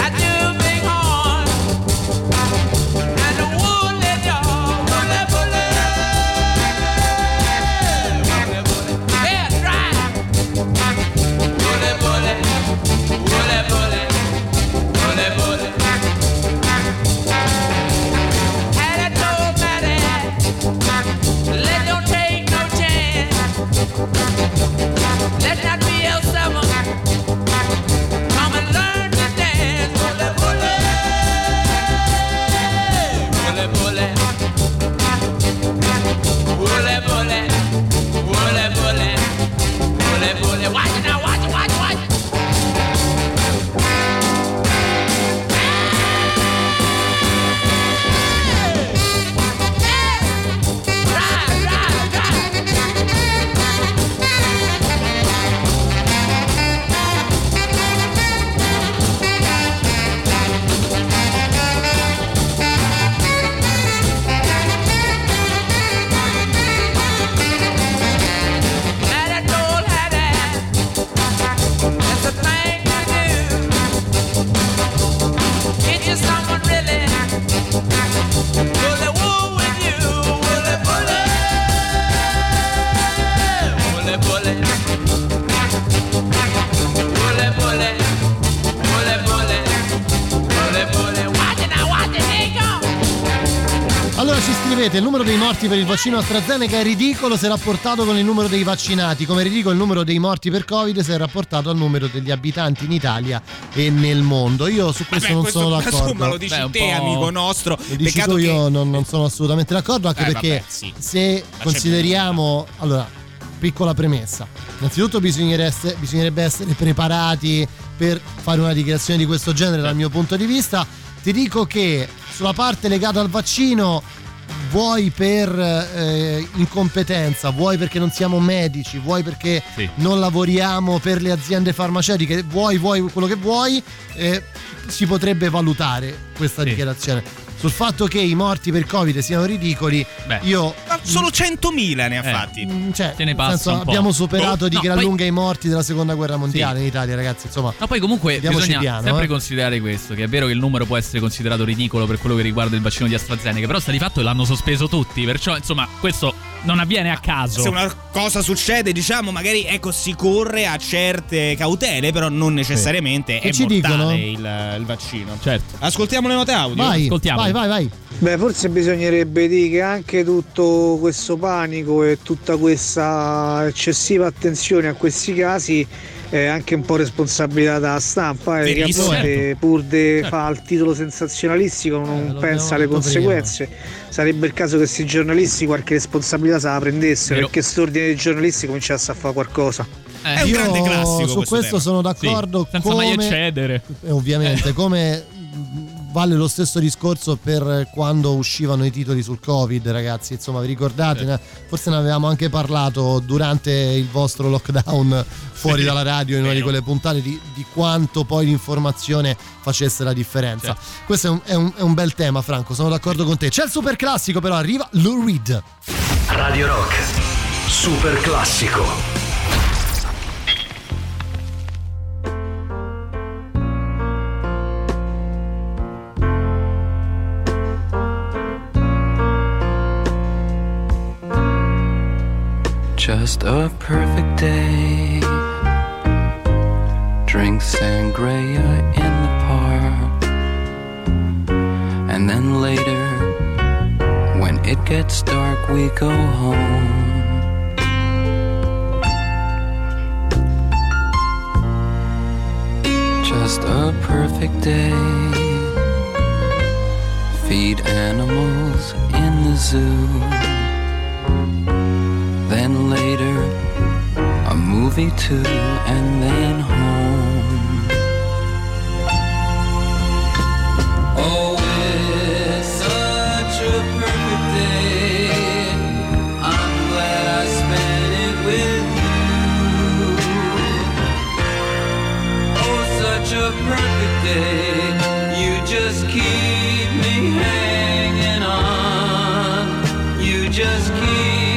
S11: And the wood let y'all, bullet, bullet.
S5: scrivete: il numero dei morti per il vaccino AstraZeneca è ridicolo se rapportato con il numero dei vaccinati, come è ridicolo il numero dei morti per Covid se rapportato al numero degli abitanti in Italia e nel mondo. Io su questo Vabbè, non
S7: questo,
S5: sono d'accordo.
S7: Insomma, lo dici Beh, te, amico nostro.
S5: Lo dici Peccato tu, che... io non, non sono assolutamente d'accordo, anche eh, perché vabbè, sì. se Ma consideriamo... Allora, piccola premessa. Innanzitutto bisognerebbe, bisognerebbe essere preparati per fare una dichiarazione di questo genere dal mio punto di vista. Ti dico che sulla parte legata al vaccino, vuoi per eh, incompetenza, vuoi perché non siamo medici, vuoi perché sì. non lavoriamo per le aziende farmaceutiche, vuoi, vuoi quello che vuoi, eh, si potrebbe valutare questa sì. dichiarazione. Sul fatto che i morti per Covid siano ridicoli, Beh. io
S7: Ma solo centomila ne ha eh. fatti.
S5: Cioè,
S6: te ne passa
S5: senso,
S6: un po'.
S5: abbiamo superato
S6: oh,
S5: di
S6: no,
S5: gran
S6: poi...
S5: lunga i morti della seconda guerra mondiale
S6: sì.
S5: in Italia, ragazzi. Insomma,
S6: ma poi comunque bisogna piano, sempre
S5: eh.
S6: considerare questo: che è vero che il numero può essere considerato ridicolo per quello che riguarda il vaccino di AstraZeneca, però sta di fatto l'hanno sospeso tutti. Perciò, insomma, questo non avviene a caso.
S7: Se una cosa succede, diciamo, magari ecco, si corre a certe cautele, però non necessariamente sì. è
S5: ci
S7: mortale
S5: dicono?
S7: Il, il vaccino.
S6: Certo.
S7: Ascoltiamo le note audio.
S5: Vai,
S6: Ascoltiamo.
S5: vai, vai, vai.
S4: Beh, forse bisognerebbe dire che anche tutto questo panico e tutta questa eccessiva attenzione a questi casi è anche un po' responsabilità della stampa, eh, che a volte pur di fare il titolo sensazionalistico non eh, pensa alle conseguenze. Prima. Sarebbe il caso che questi giornalisti qualche responsabilità se la prendessero, Vero. perché st'ordine dei giornalisti cominciasse a fare qualcosa.
S7: Eh, è un grande classico.
S5: Su questo, questo sono d'accordo.
S6: Sì, senza
S5: come,
S6: mai eccedere.
S5: Eh, ovviamente, come vale lo stesso discorso per quando uscivano i titoli sul Covid, ragazzi. Insomma, vi ricordate? Eh. Forse ne avevamo anche parlato durante il vostro lockdown fuori sì, dalla radio in una di quelle puntate di, di quanto poi l'informazione facesse la differenza. Certo. Questo è un, è, un, è un bel tema, Franco, sono d'accordo con te. C'è il super classico, però arriva Lou Reed.
S25: Radio Rock super classico.
S10: Just a perfect day. Drink sangria in the park. And then later, when it gets dark, we go home. Just a perfect day. Feed animals in the zoo. Then later, a movie too, and then home. Oh, it's such a perfect day. I'm glad I spent it with you. Oh, such a perfect day. You just keep me hanging on. You just keep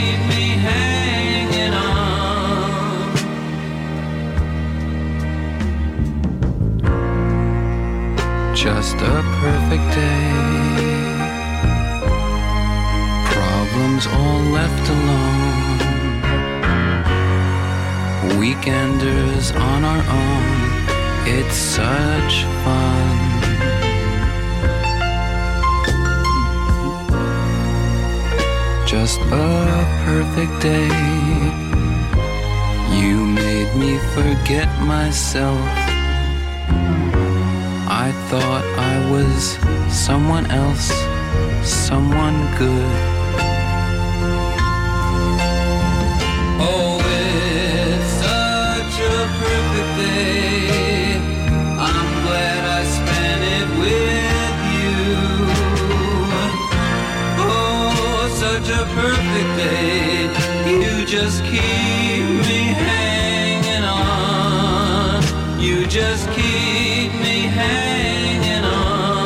S10: just a perfect day. Problems all left alone. Weekenders on our own. It's such fun. Just a perfect day. You made me forget myself. I thought I was someone else, someone good. Oh, it's such a perfect day. I'm glad I spent it with you. Oh, such a perfect day. You just keep me hanging on. You just keep me hanging on.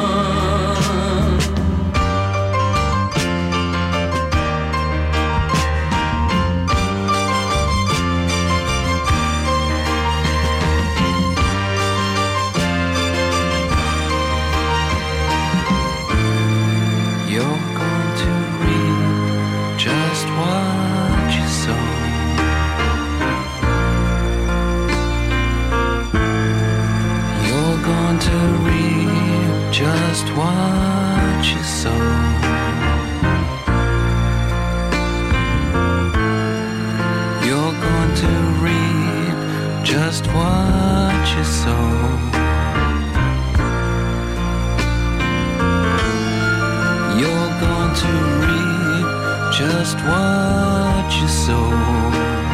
S10: You're going to reap just what you sow. just what you sow. You're going to reap just what you sow.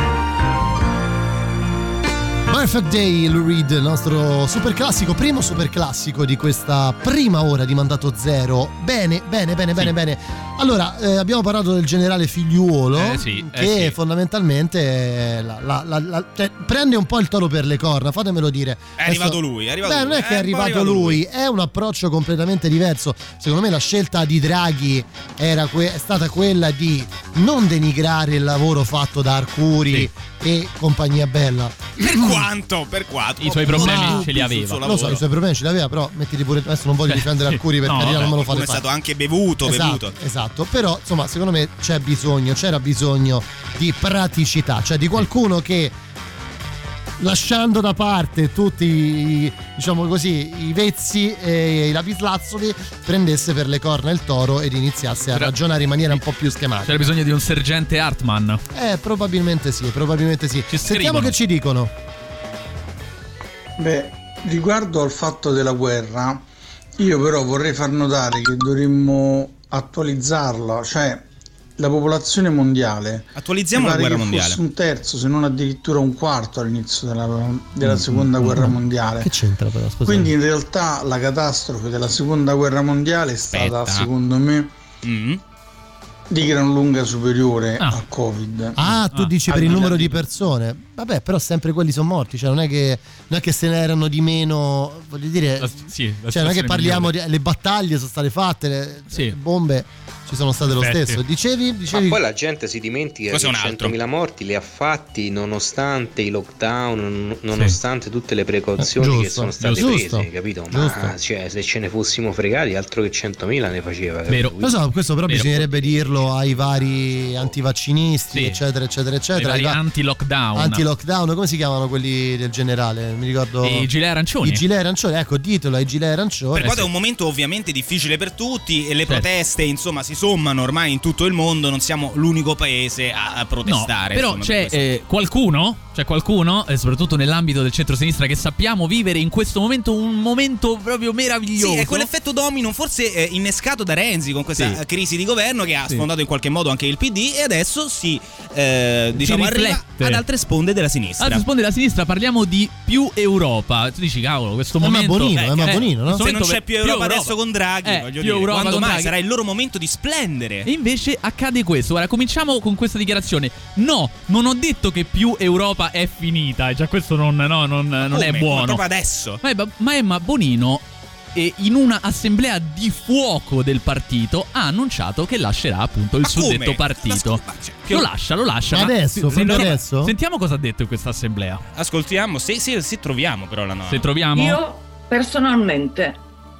S5: Perfect Day, Lou Reed, il nostro super classico, primo super classico di questa prima ora di Mandato Zero. Bene, bene, bene, sì. bene, bene. Allora, eh, abbiamo parlato del generale Figliuolo,
S6: eh sì,
S5: che
S6: eh sì.
S5: fondamentalmente la, la, la, la, cioè, prende un po' il toro per le corna, fatemelo dire.
S7: È arrivato lui, è arrivato
S5: Beh,
S7: lui.
S5: non è che è,
S7: è
S5: arrivato,
S7: arrivato
S5: lui,
S7: lui,
S5: è un approccio completamente diverso. Secondo me la scelta di Draghi era que- è stata quella di non denigrare il lavoro fatto da Arcuri sì. e compagnia bella.
S7: Per quanto, per quanto
S6: i suoi problemi
S5: Ma,
S6: ce li aveva.
S5: Lo so, i suoi problemi ce li aveva, però mettiti pure, adesso non voglio difendere Arcuri per
S6: no,
S5: carità, non me lo fate
S7: fare. È stato anche bevuto,
S5: esatto,
S7: bevuto.
S5: Esatto, però insomma secondo me c'è bisogno, c'era bisogno di praticità, cioè di qualcuno che lasciando da parte tutti i, diciamo così, i vezzi e i lapislazzoli, prendesse per le corna il toro ed iniziasse a
S6: Però,
S5: ragionare in maniera un po' più schematica.
S6: C'era bisogno di un sergente Hartmann.
S5: Eh, probabilmente sì, probabilmente sì.
S6: Ci
S5: Sentiamo
S6: scrivono.
S5: che ci dicono.
S12: Beh, riguardo al fatto della guerra, io però vorrei far notare che dovremmo attualizzarla, cioè la popolazione mondiale.
S7: Attualizziamo la guerra
S12: che
S7: mondiale.
S12: Fosse un terzo, se non addirittura un quarto all'inizio della, della seconda mm, guerra mondiale.
S5: Che c'entra però? Scusate.
S12: Quindi in realtà la catastrofe della seconda guerra mondiale è stata,
S7: Aspetta.
S12: secondo me,
S7: Mm.
S12: di gran lunga superiore
S6: Ah.
S12: al Covid.
S5: Ah, tu
S6: Ah,
S5: dici
S12: al
S5: per il
S12: di là
S5: numero
S12: di-
S5: di persone. Vabbè, però sempre quelli sono morti, cioè non è che non è che se ne erano di meno, voglio dire,
S6: La- sì, la
S5: cioè non è che
S6: situazione
S5: parliamo
S6: migliore.
S5: di le battaglie sono state fatte, le,
S6: Sì.
S5: le bombe ci sono state lo
S6: Effetti.
S5: stesso. Dicevi,
S13: Ma
S5: dicevi
S13: poi la gente si dimentica
S7: Questo
S13: che
S7: è un altro.
S13: centomila morti li ha fatti nonostante i lockdown, non- nonostante tutte le precauzioni
S5: Eh,
S13: che
S5: giusto,
S13: sono state
S5: giusto,
S13: prese, capito? Ma
S5: giusto.
S13: cioè, se ce ne fossimo fregati, altro che centomila ne faceva.
S6: Vero.
S13: capito?
S5: lo so, questo però
S6: Vero.
S5: bisognerebbe dirlo ai vari antivaccinisti,
S6: Sì.
S5: eccetera, eccetera,
S6: I
S5: eccetera.
S6: vari
S5: ai va-
S6: anti-lockdown.
S5: Anti-lockdown, come si chiamano quelli del generale? Mi ricordo.
S6: E i gilet arancioni.
S5: I gilet arancioni, ecco, ditelo ai gilet arancioni.
S7: Per quanto
S6: sì.
S7: è un momento ovviamente difficile per tutti e le
S6: Certo.
S7: proteste insomma si sommano ormai in tutto il mondo, non siamo l'unico paese a, a
S6: No,
S7: protestare.
S6: però
S7: insomma,
S6: c'è
S7: per questo.
S6: eh, qualcuno, c'è qualcuno, e soprattutto nell'ambito del centro-sinistra, che sappiamo vivere in questo momento un momento proprio meraviglioso.
S7: Sì, è quell'effetto domino forse eh, innescato da Renzi con questa
S6: Sì.
S7: crisi di governo che ha
S6: Sì.
S7: sfondato in qualche modo anche il P D e adesso si eh, diciamo arriva
S6: riflette.
S7: ad altre sponde della sinistra.
S6: Allora, risponde la sinistra, parliamo di più Europa. Tu dici, cavolo, questo
S5: È
S6: momento
S5: Bonino,
S6: eh,
S5: è ma
S6: eh,
S5: Bonino, no?
S6: questo
S7: Se non
S6: momento
S7: c'è più Europa adesso con Draghi,
S6: Eh,
S7: voglio
S6: più
S7: dire,
S6: Europa
S7: quando
S6: con
S7: mai
S6: Draghi.
S7: sarà il loro momento di splendere?
S6: E invece accade questo. Guarda, cominciamo con questa dichiarazione. No, non ho detto che più Europa è finita. Cioè, questo non, no, non, non
S7: Come?
S6: è
S7: Come
S6: buono.
S7: proprio adesso.
S6: Ma, è, ma Emma Bonino, eh, in una assemblea di fuoco del partito, ha annunciato che lascerà appunto il
S7: Ma come?
S6: suddetto partito.
S7: Ma cioè, che-
S6: Lo lascia, lo lascia.
S5: Ma
S6: ma-
S5: adesso,
S6: se-
S5: proprio
S6: sentiamo-
S5: adesso?
S6: Sentiamo cosa ha detto in questa assemblea.
S7: Ascoltiamo, sì, sì, sì, troviamo però la no.
S6: Se troviamo.
S14: Io personalmente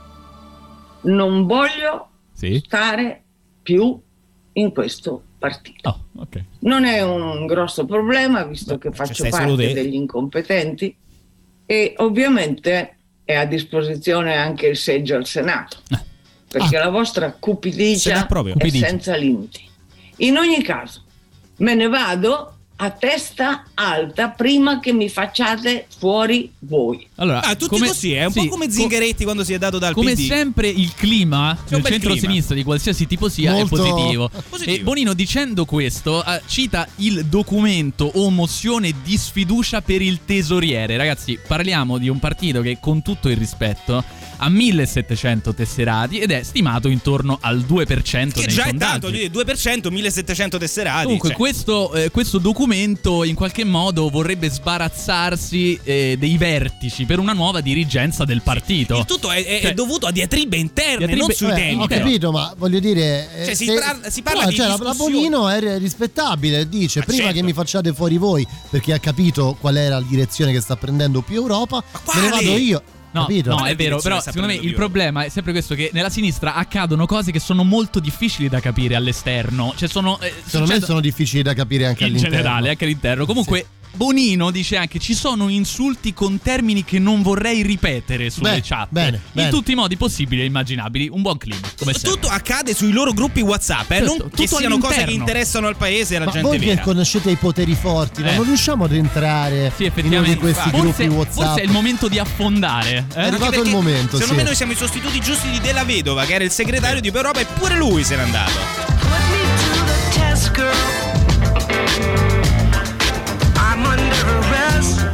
S14: non voglio
S6: Sì.
S14: stare più in questo partito.
S6: Oh, ok.
S14: Non è un grosso problema, visto che faccio
S7: stai solo
S14: parte
S7: te.
S14: degli incompetenti e ovviamente è a disposizione anche il seggio al Senato, perché la vostra
S7: Se
S14: cupidigia
S7: n'è proprio.
S14: è
S6: Cupidigia.
S14: senza limiti. In ogni caso, me ne vado a testa alta prima che mi facciate fuori voi.
S6: Allora,
S7: Ah, tutti
S6: come-
S7: così, è un
S6: sì,
S7: po' come Zingaretti quando si è dato dal
S6: Come
S7: P D.
S6: sempre il clima
S7: C'è
S6: del
S7: un bel
S6: centro-sinistra di qualsiasi tipo sia
S5: Molto
S6: è positivo.
S7: positivo.
S6: E Bonino, dicendo questo, eh, cita il documento o mozione di sfiducia per il tesoriere. Ragazzi, parliamo di un partito che, con tutto il rispetto, ha millesettecento tesserati ed è stimato intorno al due per cento
S7: Che
S6: nei
S7: già è
S6: sondaggi.
S7: tanto, gli due per cento, millesettecento tesserati.
S6: Comunque
S7: cioè.
S6: questo, eh, questo documento in qualche modo vorrebbe sbarazzarsi eh, dei vertici per una nuova dirigenza del partito.
S7: Il tutto è, è-
S6: Cioè,
S7: è dovuto a diatribe interne,
S6: diatribe-
S7: non sui
S5: Eh,
S7: temi.
S5: ho
S7: però.
S5: capito, ma voglio dire, eh,
S7: Cioè, si
S5: se-
S7: parla- si parla
S5: no,
S7: di
S5: cioè, la- la
S7: discussioni.
S5: Bonino è rispettabile, dice
S7: Ma
S5: prima
S7: certo.
S5: che mi facciate fuori voi perché ha capito qual è la direzione che sta prendendo più Europa, me
S7: quale?
S5: ne vado io.
S6: No,
S5: Capito?
S6: no,
S7: Qual è
S6: è vero,
S7: la
S6: però
S7: direzione che sta
S6: secondo me il
S7: prendendo
S6: problema è sempre questo, che nella sinistra accadono cose che sono molto difficili da capire all'esterno. Cioè sono eh,
S5: Secondo me
S6: succedono-
S5: sono difficili da capire anche
S6: in
S5: all'interno.
S6: generale, anche all'interno. Comunque Bonino dice anche: ci sono insulti con termini che non vorrei ripetere sulle
S5: Beh,
S6: chat
S5: bene,
S6: in
S5: bene.
S6: tutti i modi possibili e immaginabili. Un buon clima, come sempre.
S7: Tutto accade sui loro gruppi WhatsApp, eh?
S6: Certo,
S7: non che
S6: tutto
S7: siano cose che
S6: all'interno.
S7: interessano al paese e alla
S5: Ma
S7: gente
S5: voi
S7: vera.
S5: che conoscete i poteri forti, ma
S6: Eh.
S5: non riusciamo ad entrare
S6: Sì,
S5: in uno
S6: effettivamente.
S5: di questi
S6: Forse,
S5: gruppi WhatsApp?
S6: forse è il momento di affondare.
S5: È
S6: Eh?
S5: arrivato
S7: Perché
S5: il momento,
S7: secondo
S5: sì.
S7: me noi siamo i sostituti giusti di Della Vedova, che era il segretario di Europa, e pure lui se n'è andato.
S11: Test girl, I'm under arrest.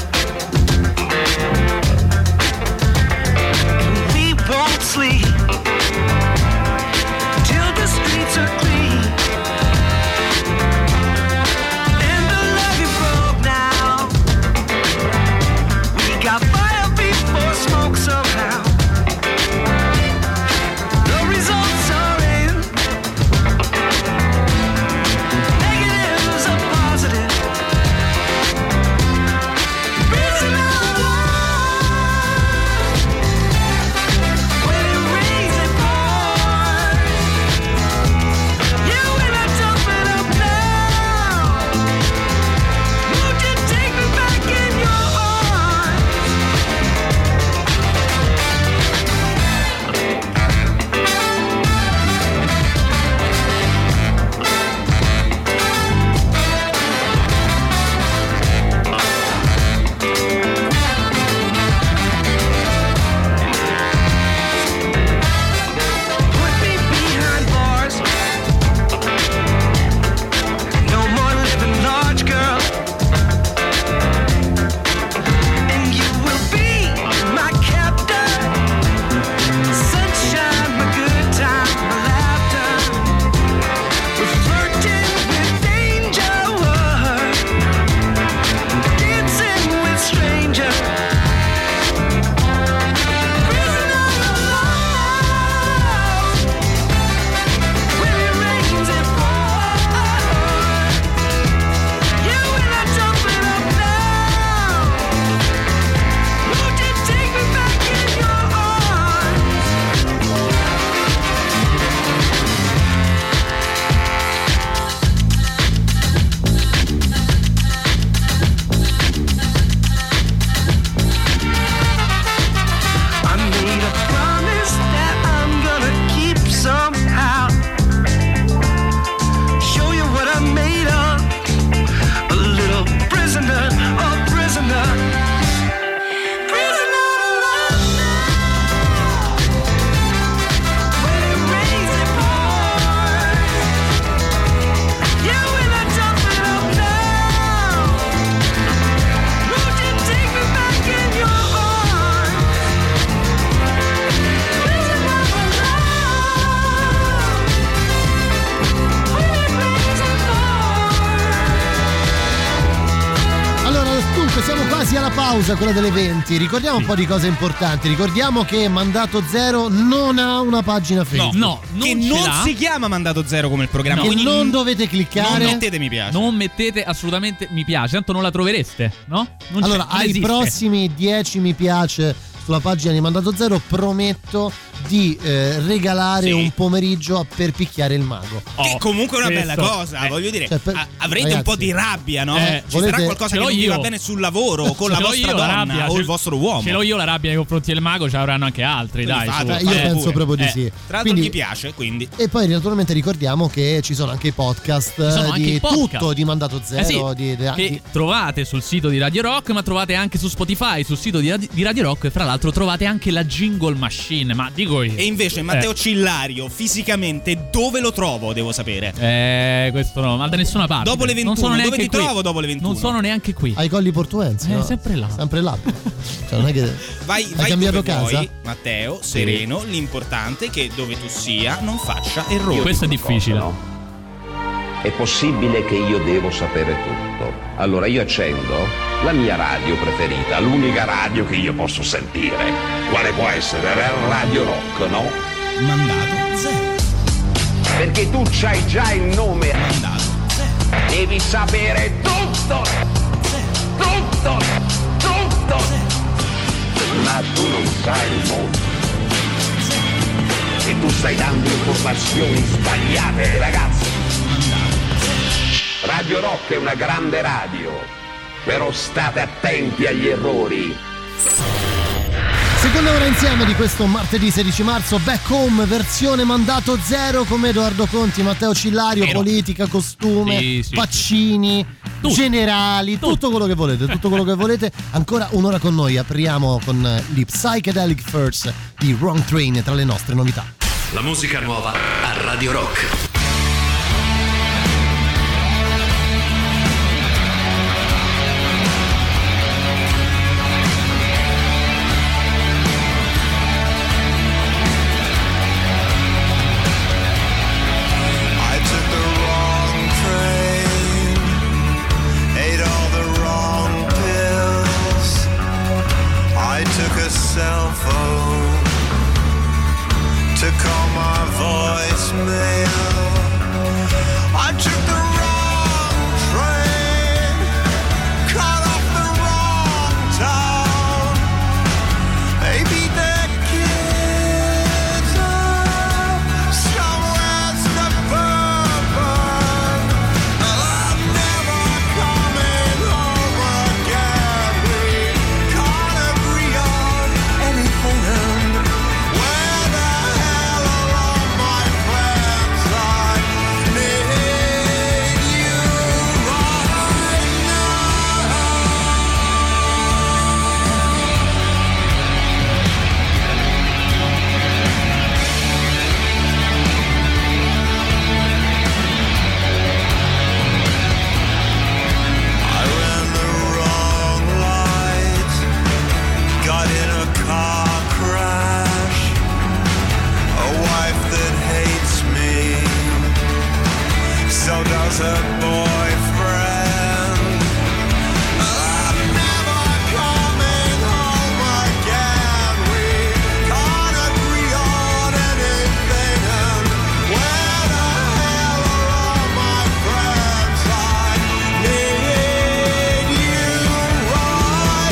S11: We won't sleep till the streets are clean. And the love you broke now. We got fire before smoke somehow. The results are in. Negatives are positive. Prison of love. When it rains it pours. Yeah, when I dump it up now. Won't you take me back in your arms? Put me behind bars. No more living large, girl. And you will be my captain. Sunshine, my good time, my laughter. We're flirting with danger. Dancing with strangers. Prison of love. When it rains it pours. Yeah, when I dump it up now. Won't you take me back in your arms? I made a promise that I'm gonna keep somehow. Show you what I'm made of. A little prisoner, a prisoner. Prisoner of love now. When it rains it pours. Yeah, when I dump it up now. Won't you take me back in your arms? Prisoner of love. When it rains it pours.
S5: Allora, dunque, siamo quasi alla pausa, quella delle venti. Ricordiamo un po' di cose importanti. Ricordiamo che Mandato Zero non ha una pagina Facebook.
S6: No,
S7: che
S6: non ce
S7: non
S6: l'ha.
S7: si chiama Mandato Zero come il programma.
S5: Che
S7: quindi
S5: non dovete cliccare.
S7: non mettete mi piace.
S6: Non mettete assolutamente mi piace, tanto non la trovereste, no? Non c'è,
S5: Allora,
S6: non
S5: ai
S6: esiste.
S5: prossimi dieci mi piace sulla pagina di Mandato Zero prometto di eh, regalare
S7: Sì.
S5: un pomeriggio per picchiare il mago.
S7: Che comunque è una
S6: questo.
S7: bella cosa,
S6: Eh.
S7: voglio dire.
S5: Cioè, per-
S7: a- avrete
S5: ragazzi,
S7: un po' di rabbia, no?
S6: eh,
S7: Ci
S5: volete-
S7: sarà qualcosa
S6: ce
S7: che
S6: l'ho
S7: non vi va
S6: io.
S7: bene sul lavoro o con
S6: Ce
S7: la
S6: l'ho
S7: vostra
S6: io la
S7: donna
S6: rabbia,
S7: o
S6: ce-
S7: il vostro uomo.
S6: Ce l'ho io la rabbia nei confronti del mago, ce l'avranno anche altri,
S7: Quindi
S6: dai.
S7: fate-
S6: su.
S5: Io
S7: Eh,
S5: penso
S7: pure.
S5: proprio di
S6: Eh.
S5: sì.
S7: Tra l'altro
S5: Quindi-
S7: mi piace, quindi.
S5: E poi naturalmente ricordiamo che ci sono anche i podcast
S6: sono
S5: eh,
S6: anche
S5: di
S6: i podcast.
S5: tutto di Mandato Zero.
S6: Eh sì,
S5: di, di-
S6: che
S5: di-
S6: trovate sul sito di Radio Rock, ma trovate anche su Spotify, sul sito di, di Radio Rock, e fra l'altro trovate anche la Jingle Machine. Ma dico io.
S7: E invece Matteo
S6: Eh.
S7: Cillario, fisicamente, dove lo trovo, devo sapere?
S6: Eh, questo no, ma da nessuna parte.
S7: Dopo le
S6: Non
S7: ventuno,
S6: sono
S7: dove
S6: neanche
S7: ti
S6: qui.
S7: trovo dopo le ventuno?
S6: Non sono neanche qui.
S5: ai Colli Portuensi.
S6: Eh,
S5: no?
S6: sempre là.
S5: Sempre là. Cioè, non è che.
S7: Vai,
S5: Hai
S7: vai
S5: cambiato
S7: dove
S5: casa?
S7: vuoi, Matteo, sereno, l'importante è che dove tu sia non faccia errori.
S6: Questo è difficile.
S15: È possibile che io devo sapere tutto. Allora io accendo la mia radio preferita, l'unica radio che io posso sentire. Quale può essere? Radio Rock, no?
S7: Mandato zero.
S15: Perché tu c'hai già il nome.
S7: Mandato zero.
S15: Devi sapere tutto. Tutto. Tutto. Ma tu non sai il mondo. E tu stai dando informazioni sbagliate, ragazzi. Radio Rock è una grande radio, però state attenti agli errori.
S5: Seconda ora insieme di questo martedì sedici marzo, Back Home versione mandato zero con Edoardo Conti, Matteo Cillario, Vero. politica, costume, sì, sì, vaccini, sì. generali, tutto. tutto quello che volete, tutto quello che volete. Ancora un'ora con noi, apriamo con gli Psychedelic Furs di Wrong Train tra le nostre novità.
S25: La musica nuova a Radio Rock.
S16: Cell phone to call my voicemail. I took the wrong train, cut off the wrong town. Maybe the kids are somewhere suburban, and I'm never coming home again. We can't agree on anything, and where the hell are all my plans? I need you right I ran the wrong light, got in a car crash, a wife that hates me, so does her boyfriend. I'm never coming home again. We can't agree on anything, and where the hell are all my friends? I need you right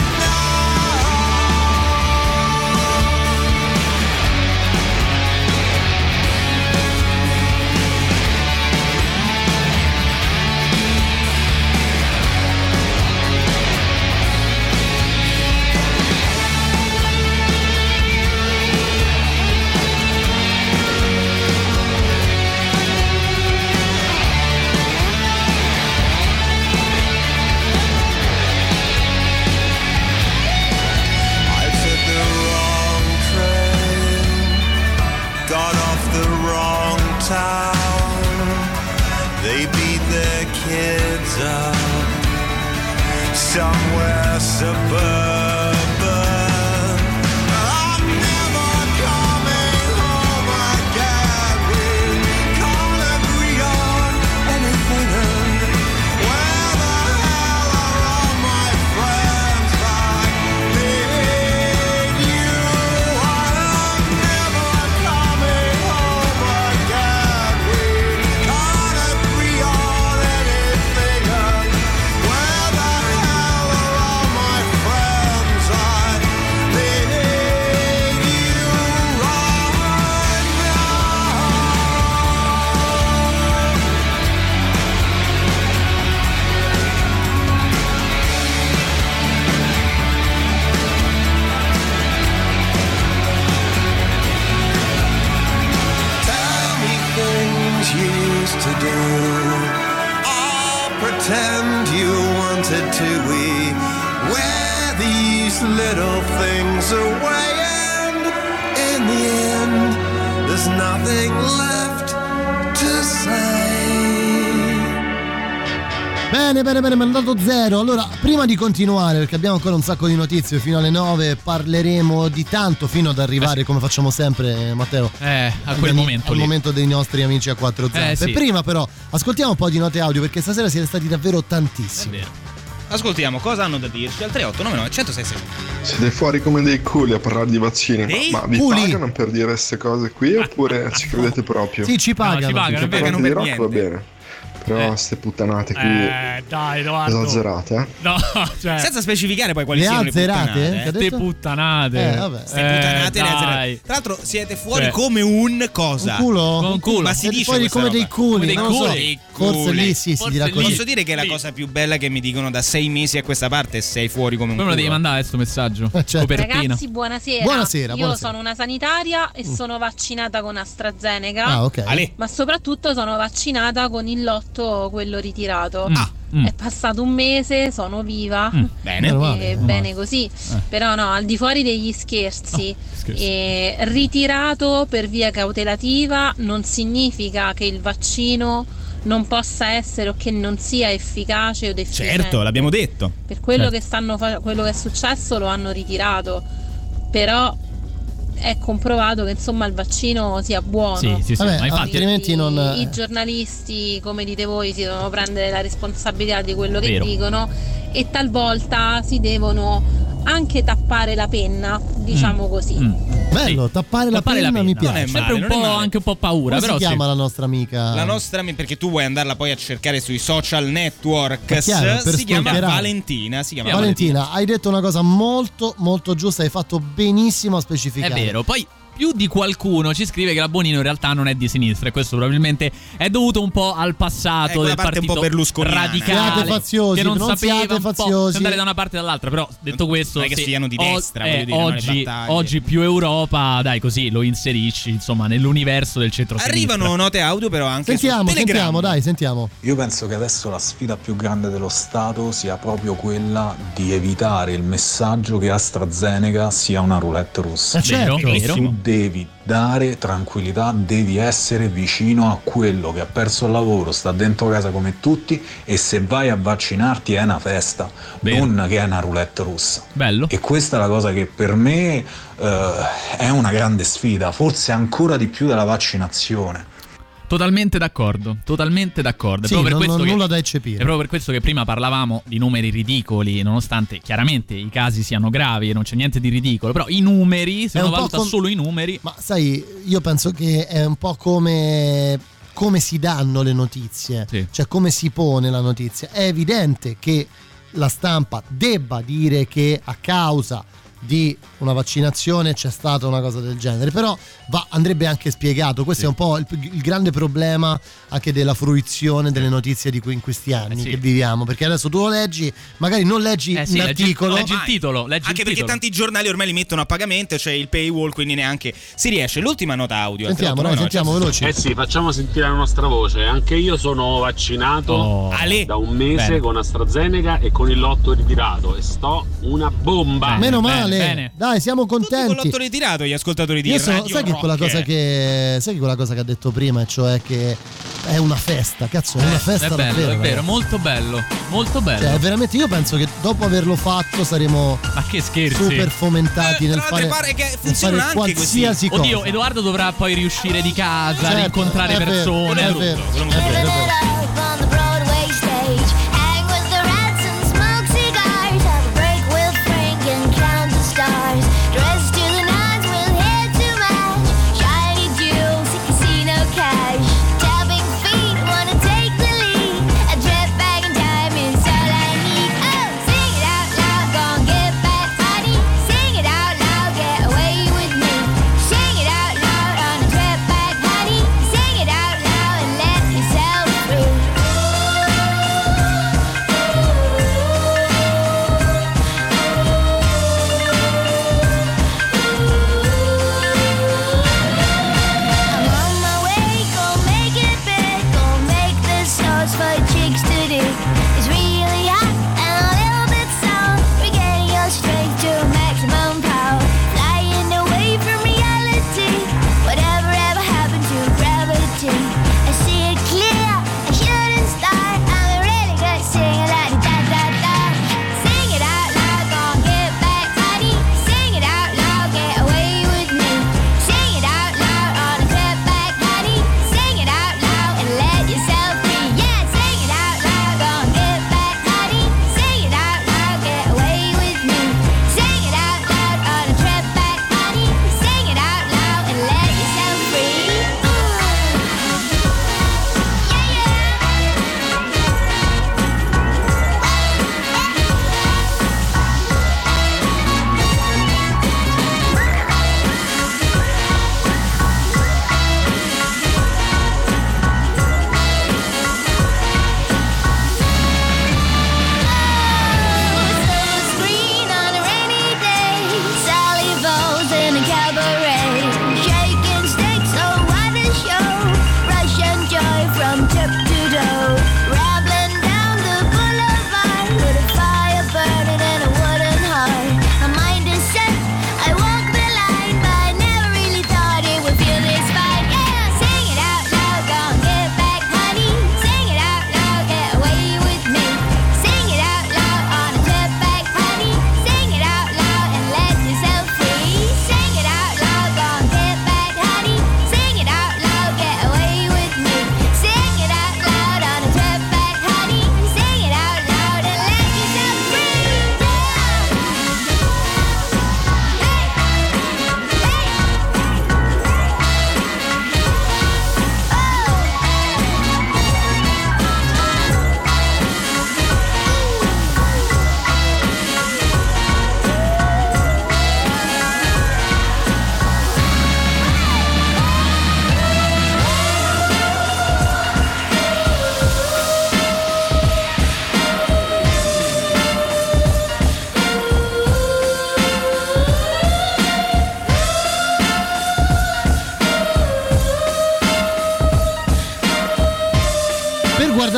S16: I took the wrong train, got off the wrong town. They beat their kids up somewhere suburban. I'm never coming home again. We can't agree on anything, and where the hell are all my friends? I need you. I'm never coming home again. We can't agree on anything, and where the hell are all my friends? I need you right Tell me things you used to do. I'll pretend you wanted to. We wear these little things away, and in the end, there's nothing left to say.
S5: Bene, bene, bene, mandato zero. Allora, prima di continuare, perché abbiamo ancora un sacco di notizie fino alle nove, parleremo di tanto fino ad arrivare, come facciamo sempre, Matteo.
S6: Eh, a quel
S5: al,
S6: momento
S5: al
S6: lì.
S5: momento dei nostri amici a quattro zampe.
S6: Eh, sì.
S5: Prima però, ascoltiamo un po' di note audio, perché stasera siete stati davvero tantissimi.
S7: Ascoltiamo cosa hanno da dirci al tre otto nove nove uno zero sei sei.
S17: Siete fuori come dei culi a parlare di vaccini,
S7: Dei
S17: ma, ma vi
S7: culi?
S17: pagano per dire queste cose qui oppure ci credete proprio?
S5: Sì, ci pagano.
S6: No, ci pagano,
S17: Se
S6: è vero,
S17: parlate
S7: non
S17: di
S7: per
S17: rock
S7: niente.
S17: va bene, però queste eh. puttanate qui
S6: eh, dai, Edoardo.
S17: esagerate, eh?
S6: No, cioè.
S7: Senza specificare poi quali
S5: le
S7: siano
S5: azzerate,
S7: le puttanate.
S6: Ste puttanate.
S5: Eh, vabbè.
S7: Ste puttanate
S6: eh,
S7: le
S6: dai.
S7: azzerate. Tra l'altro siete fuori
S6: Cioè.
S7: come un cosa?
S5: Un culo?
S6: Con culo.
S7: Ma si dice
S5: fuori come
S7: roba.
S5: dei culi,
S6: Come dei
S5: non lo so.
S6: culi.
S5: Forse lì sì, si dirà così.
S7: Posso dire che la cosa più bella che mi dicono da sei mesi a questa parte è sei fuori come un
S6: Poi me lo
S7: culo.
S6: devi mandare questo messaggio.
S5: Eh, certo.
S6: Copertina.
S1: Ragazzi, buonasera.
S5: Buonasera,
S1: Io
S5: buonasera.
S1: sono una sanitaria e sono vaccinata con AstraZeneca.
S5: Ah, ok.
S7: Ale.
S1: Ma soprattutto sono vaccinata con il lotto, quello ritirato.
S6: Ah.
S1: È passato un mese, sono viva.
S6: Mm.
S7: Bene.
S1: E
S5: Meno male,
S1: bene così. Però no, al di fuori degli scherzi,
S6: scherzi.
S1: eh, ritirato per via cautelativa non significa che il vaccino non possa essere o che non sia efficace o efficiente.
S7: Certo, l'abbiamo detto.
S1: Per quello
S6: Certo.
S1: che stanno fa- quello che è successo lo hanno ritirato. Però è comprovato che insomma il vaccino sia buono.
S6: Sì, sì, sì.
S5: Vabbè,
S6: Ma infatti
S5: altrimenti non
S1: I, i giornalisti, come dite voi, si devono prendere la responsabilità di quello che
S6: Vero.
S1: dicono e talvolta si devono anche tappare la penna, diciamo così.
S6: Mm.
S5: Bello, tappare la
S6: Tappare
S5: penna mi
S7: Non è
S5: piace.
S7: male,
S6: sempre un
S7: non è
S6: po'
S7: male.
S6: anche un po' paura,
S5: Come
S6: però
S5: si
S6: sì.
S5: chiama la nostra amica?
S7: La nostra, perché tu vuoi andarla poi a cercare sui social network,
S5: È chiaro, per
S7: si chiama
S5: stalkerare.
S7: Valentina. Si chiama
S5: Valentina, hai detto una cosa molto molto giusta, hai fatto benissimo a
S6: È
S5: specificare.
S6: vero. Poi più di qualcuno ci scrive che la Bonino in realtà non è di sinistra e questo probabilmente è dovuto un po' al passato
S7: Ecco, la
S6: del
S7: parte un
S6: partito
S7: po' berlusconiana.
S6: radicale.
S5: Siate faziosi,
S6: che non,
S5: non
S6: sapeva
S5: siate
S6: un po'
S5: faziosi.
S6: se andare da una parte o dall'altra. Però detto questo,
S7: Non è che
S6: se
S7: siano di
S6: o-
S7: destra,
S6: eh,
S7: voglio dire, non le
S6: oggi,
S7: battaglie.
S6: oggi più Europa, dai, così lo inserisci insomma nell'universo del centro-sinistra.
S7: Arrivano note audio però anche
S5: Sentiamo,
S7: su Telegram.
S5: sentiamo, dai, sentiamo.
S8: Io penso che adesso la sfida più grande dello Stato sia proprio quella di evitare il messaggio che AstraZeneca sia una roulette russa.
S5: Eh, certo.
S6: Vero, vero.
S8: Tu devi dare tranquillità, devi essere vicino a quello che ha perso il lavoro, sta dentro casa come tutti e se vai a vaccinarti è una festa,
S6: Vero.
S8: non che è una roulette russa.
S6: Bello.
S8: E questa è la cosa che per me eh, è una grande sfida, forse ancora di più della vaccinazione.
S6: Totalmente d'accordo, totalmente d'accordo. È
S5: Sì,
S6: proprio per
S5: non,
S6: questo
S5: non
S6: che-
S5: nulla da
S6: È
S5: eccepire.
S6: proprio per questo che prima parlavamo di numeri ridicoli, nonostante chiaramente i casi siano gravi e non c'è niente di ridicolo, però i numeri, se
S5: È
S6: uno
S5: un po'
S6: valuta
S5: com-
S6: solo i numeri,
S5: Ma sai, io penso che è un po' come come si danno le notizie,
S6: Sì.
S5: cioè come si pone la notizia. È evidente che la stampa debba dire che a causa di una vaccinazione c'è stata una cosa del genere, però va, andrebbe anche spiegato. Questo
S6: Sì.
S5: è un po' il, il grande problema anche della fruizione delle notizie di, que- in questi anni
S6: Eh sì.
S5: che viviamo, perché adesso tu lo leggi, magari non leggi
S6: eh sì,
S5: un
S6: leggi,
S5: articolo,
S6: leggi il titolo, leggi
S7: Anche
S6: il
S7: perché
S6: titolo.
S7: tanti giornali ormai li mettono a pagamento, c'è il paywall, quindi neanche si riesce. L'ultima nota audio.
S5: Sentiamo, dai, sentiamo veloci.
S18: Eh sì, facciamo sentire la nostra voce. Anche io sono vaccinato
S6: Oh.
S7: Ale.
S18: da un mese
S6: Bene.
S18: con AstraZeneca e con il lotto ritirato e sto una bomba.
S6: Bene.
S5: Meno male,
S6: bene.
S5: dai, siamo
S7: Tutti con
S5: contenti.
S7: l'otto ritirato gli ascoltatori di
S5: Io sono,
S7: Radio
S5: sai che
S7: Rock.
S5: quella cosa che sai che quella cosa che ha detto prima, e cioè che è una festa, cazzo, è una festa
S6: È bello,
S5: davvero.
S6: è vero,
S5: ragazzi.
S6: molto bello, molto bello.
S5: Cioè, veramente io penso che dopo averlo fatto saremo
S6: Ma che scherzi.
S5: super fomentati
S7: Eh,
S5: nel
S7: tra
S5: fare,
S7: l'altro pare che
S5: nel
S7: funziona
S5: fare
S7: anche
S5: qualsiasi cosa.
S6: Oddio, Edoardo dovrà poi riuscire di casa,
S5: Certo,
S6: rincontrare
S5: è vero,
S6: persone.
S5: è vero, è vero, è vero.
S11: on the Broadway stage. Hang with the rats and smoke cigars. Have a break with Frank and count the stars. Dress to the nines with hair to match. Shiny jewels, casino cash. Tapping feet, wanna take the lead. A jet bag and diamonds, all I need. Oh, sing it out loud, gon' get back, honey. Sing it out loud, get away with me. Sing it out loud on a jet bag, honey. Sing it out loud and let yourself free.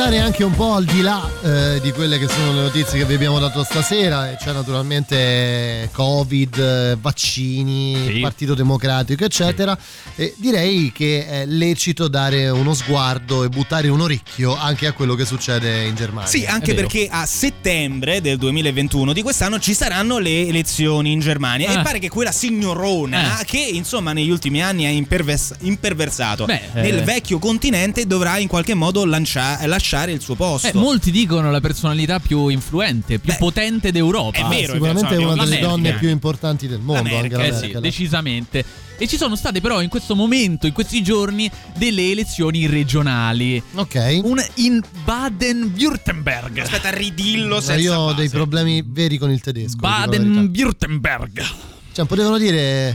S5: andare anche un po' al di là eh, di quelle che sono le notizie che vi abbiamo dato stasera. C'è naturalmente Covid, vaccini, sì. Partito Democratico eccetera, sì. E direi che è lecito dare uno sguardo e buttare un orecchio anche a quello che succede in Germania.
S7: Sì, anche perché a settembre del duemilaventuno di quest'anno ci saranno le elezioni in Germania ah. e pare che quella signorona eh. che insomma negli ultimi anni ha impervers- imperversato Beh, nel eh. vecchio continente dovrà in qualche modo lancia- lasciare il suo posto.
S6: Eh, molti dicono la personalità più influente, più Beh, potente d'Europa.
S5: È vero, sicuramente è una delle L'America. donne più importanti del mondo.
S6: L'America,
S5: anche
S6: l'America, eh sì, decisamente. E ci sono state però in questo momento, in questi giorni, delle elezioni regionali.
S5: Ok.
S6: Un in Baden-Württemberg.
S7: Aspetta, ridillo senza
S5: Io ho
S7: base.
S5: dei problemi veri con il tedesco.
S6: Baden-Württemberg.
S5: Cioè, potevano dire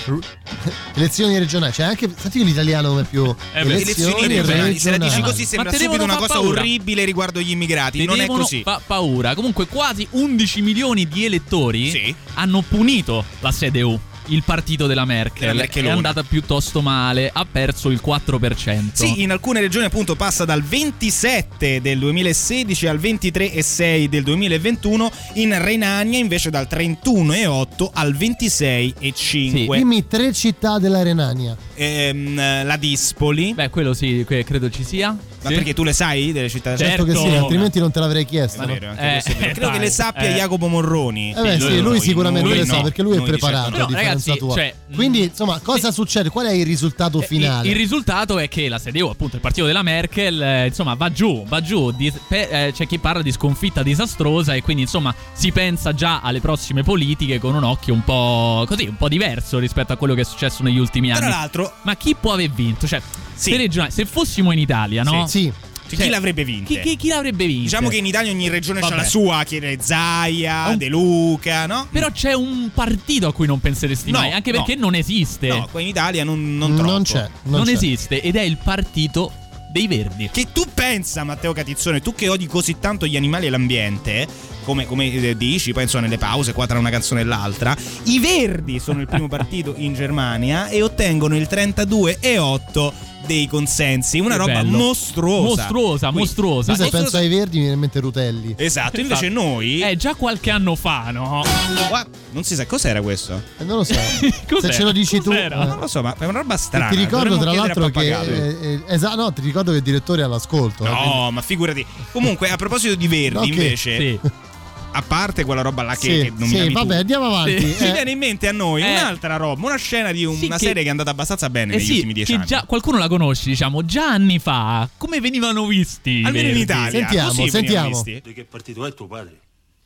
S5: elezioni regionali. Cioè, anche senti l'italiano come più
S7: eh beh, elezioni, elezioni regionali. Se la dici così sembra subito una cosa
S6: paura.
S7: orribile riguardo gli immigrati.
S6: Te
S7: non è così.
S6: Fa paura. Comunque, quasi undici milioni di elettori sì. hanno punito la C D U. Il partito della Merkel è andata piuttosto male, ha perso il quattro per cento.
S7: Sì, in alcune regioni appunto passa dal ventisette del duemilasedici al ventitré virgola sei del duemilaventuno, in Renania invece dal trentuno virgola otto al ventisei virgola cinque.
S5: Sì. Dimmi tre città della Renania.
S7: Ehm, la Dispoli.
S6: Beh, quello sì, credo ci sia.
S7: Ma
S6: sì.
S7: perché tu le sai delle città?
S5: Certo, certo che sì, altrimenti non te l'avrei chiesto.
S7: È vero,
S5: no?
S7: anche eh, è credo eh, che le sappia eh. Jacopo Morroni.
S5: Eh beh, sì, lui, lui sicuramente lui le sa no. perché lui noi è preparato
S6: diciamo.
S5: a differenza
S6: Ragazzi,
S5: tua.
S6: Cioè,
S5: Quindi, insomma, cosa succede? Qual è il risultato finale?
S6: Il, il risultato è che la C D U, appunto, il partito della Merkel, eh, insomma, va giù, va giù. Di, pe, eh, c'è chi parla di sconfitta disastrosa e quindi, insomma, si pensa già alle prossime politiche con un occhio un po' così, un po' diverso rispetto a quello che è successo negli ultimi anni.
S7: Tra l'altro,
S6: ma chi può aver vinto? Cioè, sì. se, regionali, se fossimo in Italia, no?
S5: Sì. sì.
S7: Cioè, chi l'avrebbe vinto?
S6: Chi, chi, chi l'avrebbe vinto?
S7: Diciamo che in Italia ogni regione ha la sua, che è Zaia, un... De Luca, no?
S6: Però c'è un partito a cui non penseresti no, mai, anche
S7: no.
S6: perché non esiste.
S7: No, qua in Italia non, non troppo.
S5: Non c'è.
S6: Non,
S5: non c'è.
S6: esiste ed è il partito dei Verdi.
S7: Che tu pensa, Matteo Catizzone, tu che odi così tanto gli animali e l'ambiente, come, come dici, poi insomma nelle pause qua tra una canzone e l'altra, i Verdi sono il primo partito in Germania e ottengono il trentadue virgola otto dei consensi, una
S6: che
S7: roba
S6: bello.
S7: mostruosa.
S6: Mostruosa,
S7: Qui,
S6: mostruosa.
S5: Tu se penso ai Verdi mi viene in mente Rutelli.
S7: Esatto, invece esatto. noi
S6: Eh, già qualche anno fa, no?
S7: What? Non si sa cos'era questo?
S5: Eh, non lo so. Se ce lo dici
S6: cos'era?
S5: tu eh.
S7: Non lo so, ma è una roba strana.
S5: Ti ricordo tra l'altro che
S7: eh,
S5: eh, esatto, no, ti ricordo che il direttore è all'ascolto.
S7: No,
S5: eh, quindi...
S7: ma figurati. Comunque, a proposito di Verdi,
S5: okay.
S7: invece
S6: sì.
S7: a parte quella roba là che,
S5: sì,
S7: che nominavi
S5: sì, vabbè,
S7: tu,
S5: andiamo avanti.
S7: Sì. Ci
S5: eh.
S7: viene in mente a noi
S6: eh.
S7: un'altra roba, una scena di un,
S6: sì,
S7: una
S6: che,
S7: serie che è andata abbastanza bene
S6: eh
S7: negli
S6: sì,
S7: ultimi dieci
S6: che
S7: anni.
S6: Già, qualcuno la conosce, diciamo, già anni fa. Come venivano visti?
S7: Almeno in Italia.
S5: Sentiamo,
S7: Così
S5: sentiamo.
S7: Visti.
S3: Di che partito è tuo padre?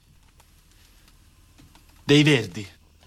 S3: Dei Verdi.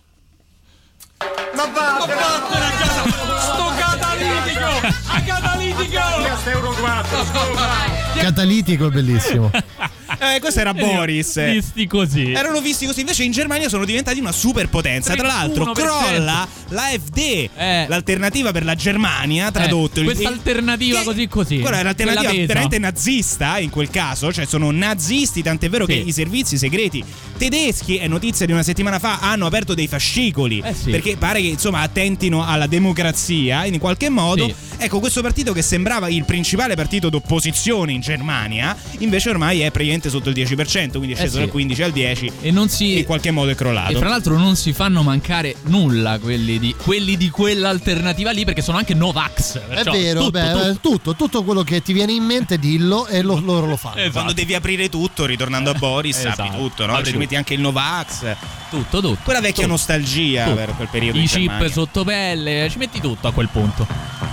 S22: Ma vattene a casa! Sto catalitico! A catalitico! Euro quattro,
S5: Catalitico è bellissimo.
S7: Eh, questo era Boris.
S6: Visti così.
S7: Erano visti così. Invece in Germania sono diventati una superpotenza. Tra l'altro crolla l'A F D,
S6: eh.
S7: l'alternativa per la Germania, tradotto.
S6: Eh, questa
S7: il,
S6: alternativa
S7: che,
S6: così così.
S7: Quella è un'alternativa
S6: Quella
S7: veramente nazista in quel caso. Cioè sono nazisti, tant'è vero sì. che i servizi segreti tedeschi, è notizia di una settimana fa, hanno aperto dei fascicoli.
S6: Eh sì.
S7: Perché pare che insomma attentino alla democrazia in qualche modo.
S6: Sì.
S7: Ecco, questo partito che sembrava il principale partito d'opposizione in Germania, invece ormai è praticamente sotto il dieci per cento, quindi è sceso eh sì. dal quindici al dieci
S6: e non si
S7: e in qualche modo è crollato.
S6: E fra l'altro non si fanno mancare nulla quelli di quelli di quell'alternativa lì, perché sono anche Novax.
S5: È vero, tutto, beh, tutto. tutto tutto quello che ti viene in mente dillo e lo, loro lo fanno.
S7: Esatto. Quando devi aprire tutto, ritornando a Boris,
S6: esatto.
S7: apri tutto, no? Ci metti anche il Novax.
S6: Tutto, tutto.
S7: Quella vecchia
S6: tutto.
S7: nostalgia
S6: tutto.
S7: per quel periodo.
S6: I
S7: in
S6: chip
S7: Germania.
S6: sotto pelle, ci metti tutto a quel punto.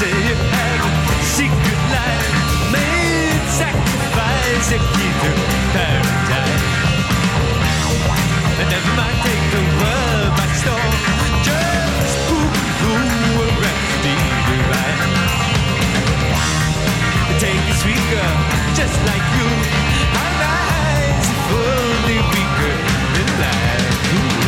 S11: say you have a secret life, made sacrifice that keep you paradise. But never mind, take the world by storm, just ooh, around the right. Take a sweet girl, just like you, our eyes fully weaker than life.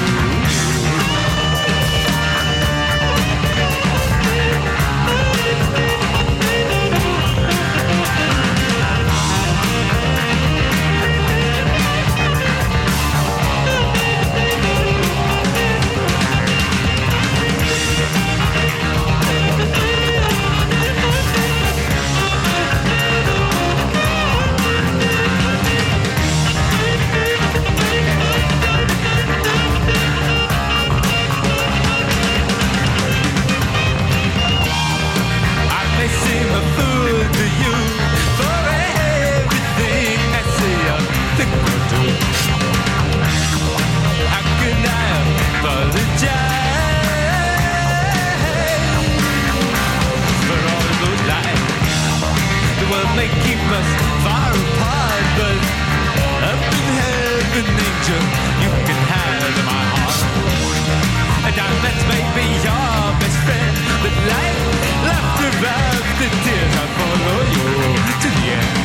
S11: May keep us far apart, but up in heaven, angel, you can have my heart. And diamonds may be your best friend, but life, laughter, after tears, I'll follow you to the end.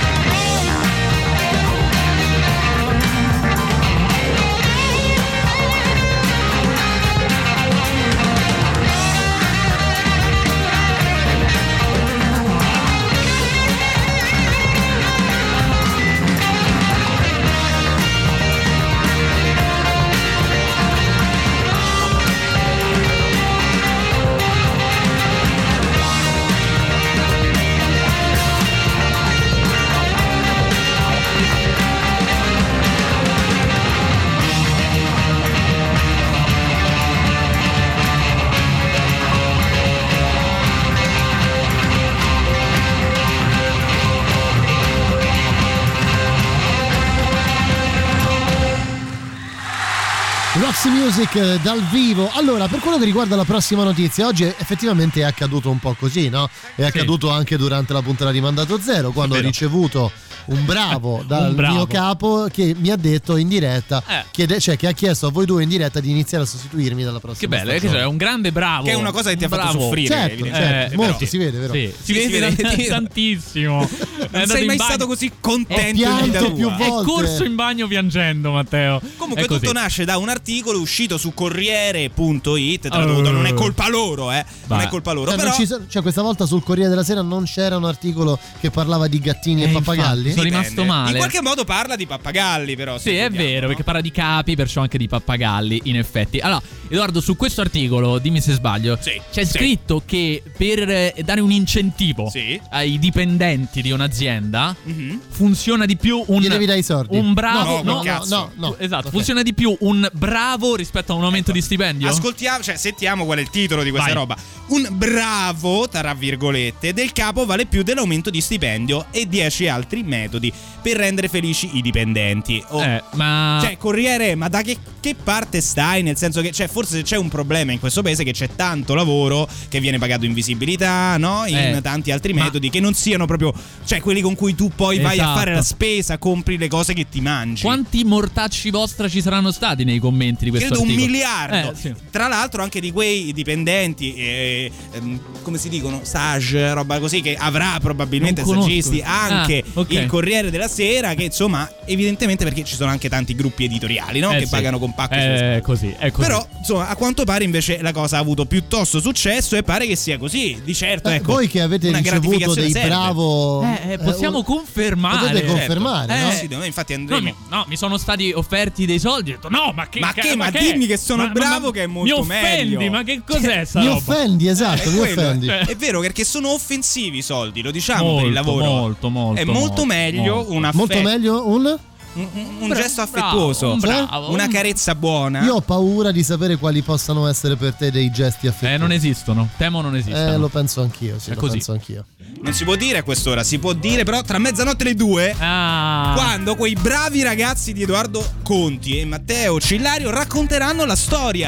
S5: Roxy Music dal vivo. Allora, per quello che riguarda la prossima notizia, oggi effettivamente è accaduto un po' così, no? È accaduto sì. anche durante la puntata di Mandato Zero, quando ho ricevuto un bravo dal un bravo. mio capo che mi ha detto in diretta, eh. chiede, cioè che ha chiesto a voi due in diretta di iniziare a sostituirmi dalla prossima.
S6: Che bello, che è un grande bravo.
S7: Che è una cosa che ti ha
S6: bravo.
S7: fatto soffrire.
S5: Certo, certo. Eh, molto, però, si vede, vero?
S6: Sì, si, sì, vede, si vede tantissimo.
S7: Non sei mai stato così contento di vita
S5: più
S7: tua.
S5: volte.
S6: È corso in bagno piangendo, Matteo.
S7: Comunque tutto nasce da un articolo uscito su Corriere punto it, tradotto, uh, non è colpa loro, eh. Non è colpa loro,
S5: cioè,
S7: però
S5: ci so, cioè questa volta sul Corriere della Sera non c'era un articolo che parlava di gattini eh, e pappagalli?
S6: Sono rimasto male.
S7: In qualche modo parla di pappagalli, però.
S6: Sì, è vero, no? Perché parla di capi, perciò anche di pappagalli, in effetti. Allora, Edoardo, su questo articolo, dimmi se sbaglio,
S7: sì,
S6: c'è
S7: sì.
S6: scritto che per dare un incentivo
S7: sì.
S6: ai dipendenti di un'azienda mm-hmm. funziona di più un
S5: Gli devi dare i soldi.
S6: Un bravo,
S5: no, no,
S6: no,
S5: no, no, no.
S6: esatto, okay. Funziona di più un bravo rispetto a un aumento ecco. di stipendio.
S7: Ascoltiamo, cioè sentiamo qual è il titolo di questa
S6: Vai.
S7: roba. Un bravo, tra virgolette, del capo vale più dell'aumento di stipendio e dieci altri metodi per rendere felici i dipendenti. Oh,
S6: eh, ma
S7: cioè, Corriere, ma da che, che parte stai? Nel senso che, cioè, forse c'è un problema in questo paese, che c'è tanto lavoro che viene pagato in visibilità, no? In
S6: eh,
S7: tanti altri
S6: ma...
S7: metodi che non siano proprio, cioè, quelli con cui tu poi vai
S6: esatto.
S7: a fare la spesa, compri le cose che ti mangi.
S6: Quanti mortacci vostra ci saranno stati nei commenti di questo
S7: Credo
S6: articolo?
S7: un miliardo.
S6: Eh, sì.
S7: Tra l'altro anche di quei dipendenti, eh, ehm, come si dicono, stage, roba così, che avrà probabilmente saggisti anche
S6: ah, okay.
S7: il Corriere della Sera, che insomma, evidentemente, perché ci sono anche tanti gruppi editoriali, no?
S6: Eh,
S7: che
S6: sì.
S7: pagano con pacco.
S6: È così, è così.
S7: Però insomma, a quanto pare invece la cosa ha avuto piuttosto successo e pare che sia così. Di certo,
S5: eh,
S7: ecco,
S5: voi che avete
S7: una
S5: ricevuto dei
S7: serve.
S5: bravo
S6: eh, eh, possiamo
S5: eh,
S6: confermare.
S5: Potete confermare,
S7: certo.
S5: no?
S7: Eh, sì, noi infatti andremo.
S6: No mi, no, mi sono stati offerti dei soldi. Ho detto no, ma che
S7: Ma
S6: ca-
S7: che? Ma,
S6: ma che?
S7: dimmi che sono
S6: ma,
S7: bravo,
S6: ma,
S7: che è molto
S6: mi offendi,
S7: meglio.
S6: Ma che cos'è sta
S5: Mi
S6: roba?
S5: offendi, esatto,
S7: Eh,
S5: mi
S7: quello,
S5: offendi.
S7: eh. È vero, perché sono offensivi i soldi, lo diciamo
S6: molto,
S7: per il lavoro.
S6: Molto, molto.
S7: È molto,
S6: molto
S7: meglio
S6: molto.
S7: un
S5: Molto
S7: affetto.
S5: meglio un
S7: Un, un
S6: Bra-
S7: gesto affettuoso,
S6: bravo, un bravo,
S7: una
S6: un...
S7: carezza buona.
S5: Io ho paura di sapere quali possano essere per te dei gesti affettuosi.
S6: Eh, non esistono. Temo non esistono.
S5: Eh, lo penso anch'io, sì,
S6: è
S5: lo
S6: così.
S5: penso anch'io.
S7: Non si può dire a quest'ora, si può dire però tra mezzanotte e le due,
S6: ah.
S7: quando quei bravi ragazzi di Edoardo Conti e Matteo Cillario racconteranno la storia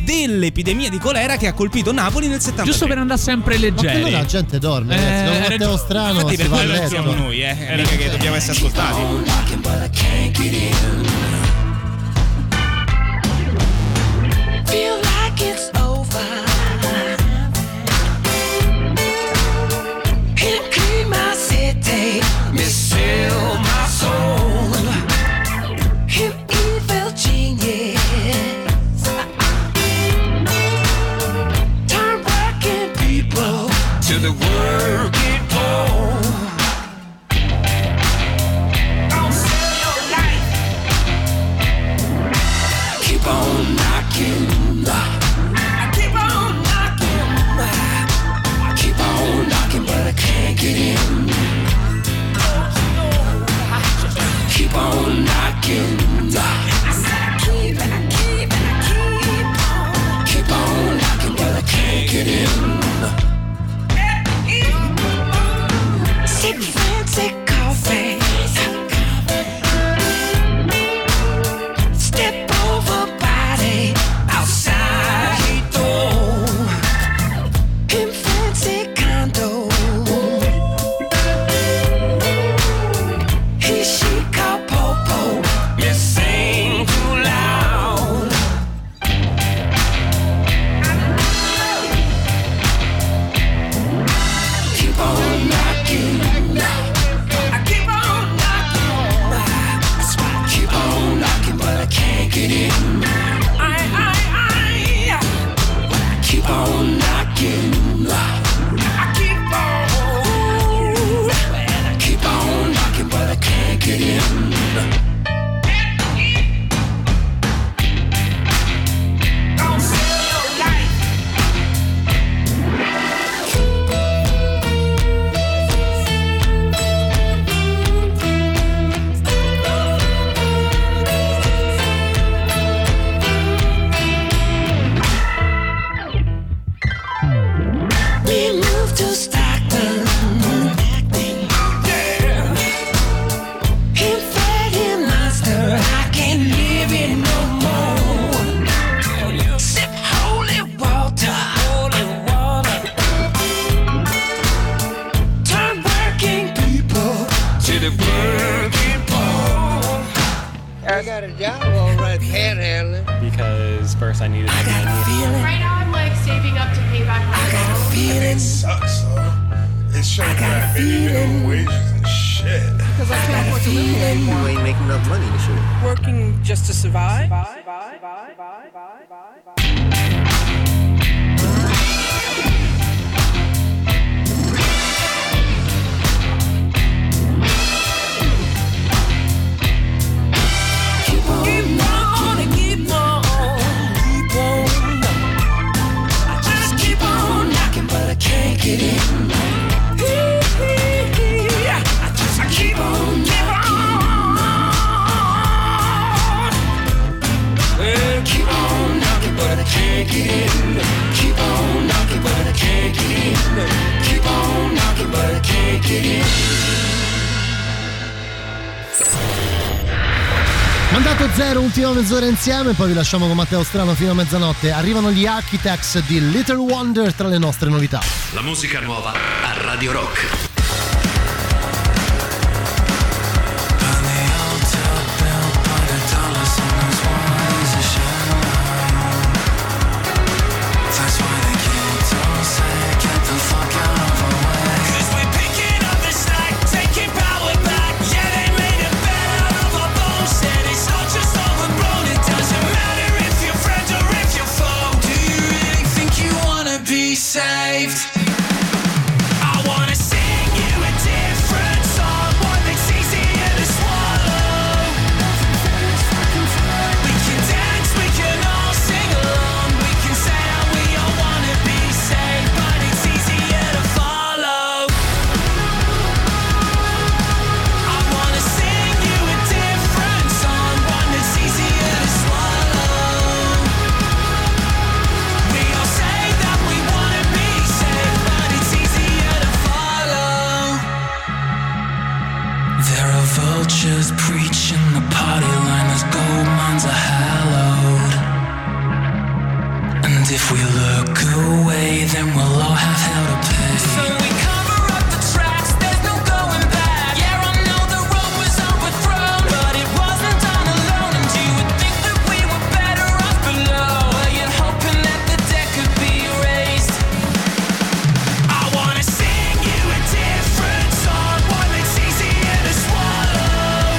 S7: dell'epidemia di colera che ha colpito Napoli nel settantatré.
S6: Giusto per andare sempre leggeri.
S5: Ma allora la gente dorme,
S6: Eh,
S5: ragazzi. Con
S6: era
S5: Matteo
S6: gi-
S5: Strano
S7: Infatti
S5: si
S7: per
S5: va a
S7: quello
S5: letto.
S7: siamo noi, eh. È mica che dobbiamo essere ascoltati.
S11: Feel like it's over. Him clean my city, misfill my soul. Him evil genius, turn working people to the working poor. Don't sell your life. Keep on knocking. I keep on knocking. I keep on knocking, but I can't get in. Keep on knocking. I said I keep and I keep and I keep on. Keep on knocking, but I can't get in. Sip fancy coffee. Step over body outside door. In fancy condo. He she called Popo. You sing too loud. Keep on knocking. I keep on knocking. That's why I keep on knocking, but I can't get in. I, I, I. I keep on knocking. I keep on. And I keep on knocking, but I can't get in. Don't sell your life. We moved to Stockton. Yeah. Him fed him monster. I can't live it no more. Sip holy water. Holy water. Turn working people to the working poor.
S9: I got a job already panhandling.
S19: Because first I needed the money.
S20: Right now I'm like saving up to pay back my loan.
S11: Feeling
S21: sucks, though. It's showing that minimum wages and shit.
S20: Because I can't afford to live here anymore.
S9: You ain't making enough money this year.
S20: Working just to survive.
S11: keep on and keep on, keep on. I just keep on knocking, but I can't get in. I just keep on knocking. Well, keep on knocking, but I can't get in. Keep on knocking, but I can't get in. Keep on knocking, but I can't get in.
S5: Mandato zero, ultima mezz'ora insieme, poi vi lasciamo con Matteo Strano fino a mezzanotte. Arrivano gli Architects di Little Wonder tra le nostre novità.
S25: La musica nuova a Radio Rock.
S11: Saved. I wanna sing you a different song, one that's easier to swallow. We can dance, we can all sing along, we can say how we all wanna be saved, but it's easier to follow. I wanna sing you a different song, one that's easier to swallow. We all say that we wanna be saved, but it's easier to follow. There are vultures preaching the party line as gold mines are hallowed, If we look away, then we'll all have hell to pay. So we cover up the tracks, there's no going back. Yeah, I know the road was overthrown, but it wasn't done alone. And you would think that we were better off below. Well, you're hoping that the deck could be erased. I wanna sing you a different song, one that's easier to swallow.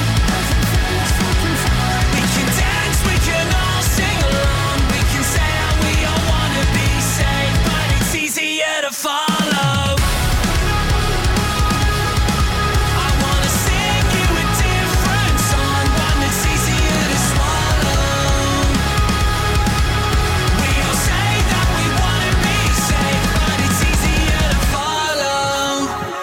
S11: We can dance, we can all sing along. We can say how we all wanna be safe, but it's easier to follow. I wanna sing you a different song, one that's easier to swallow. We all say that we wanna be safe, but it's easier to follow.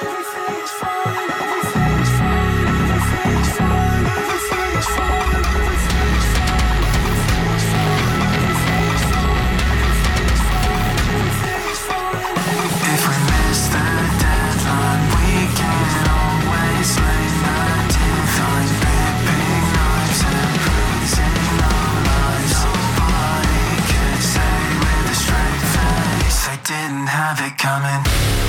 S11: If we miss the deadline, we can always lay the divine, ripping knives and praising our lives. Nobody could say with a straight face they didn't have it coming.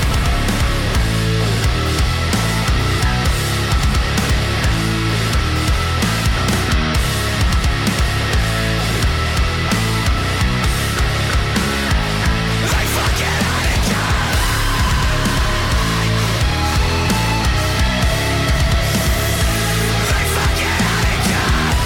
S11: Like fucking Attica. Like fucking Attica.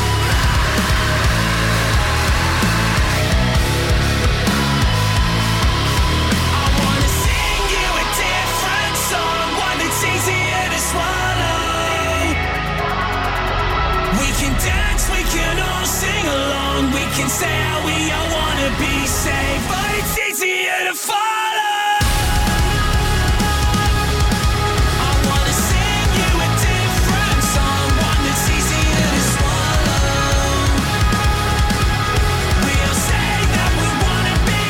S11: I wanna sing you a different song, one that's easier to swallow. We can dance, we can all sing along. We can say how we all wanna be safe, but it's easier to follow. I wanna sing you a different song, one that's easier to swallow. We all say that we wanna be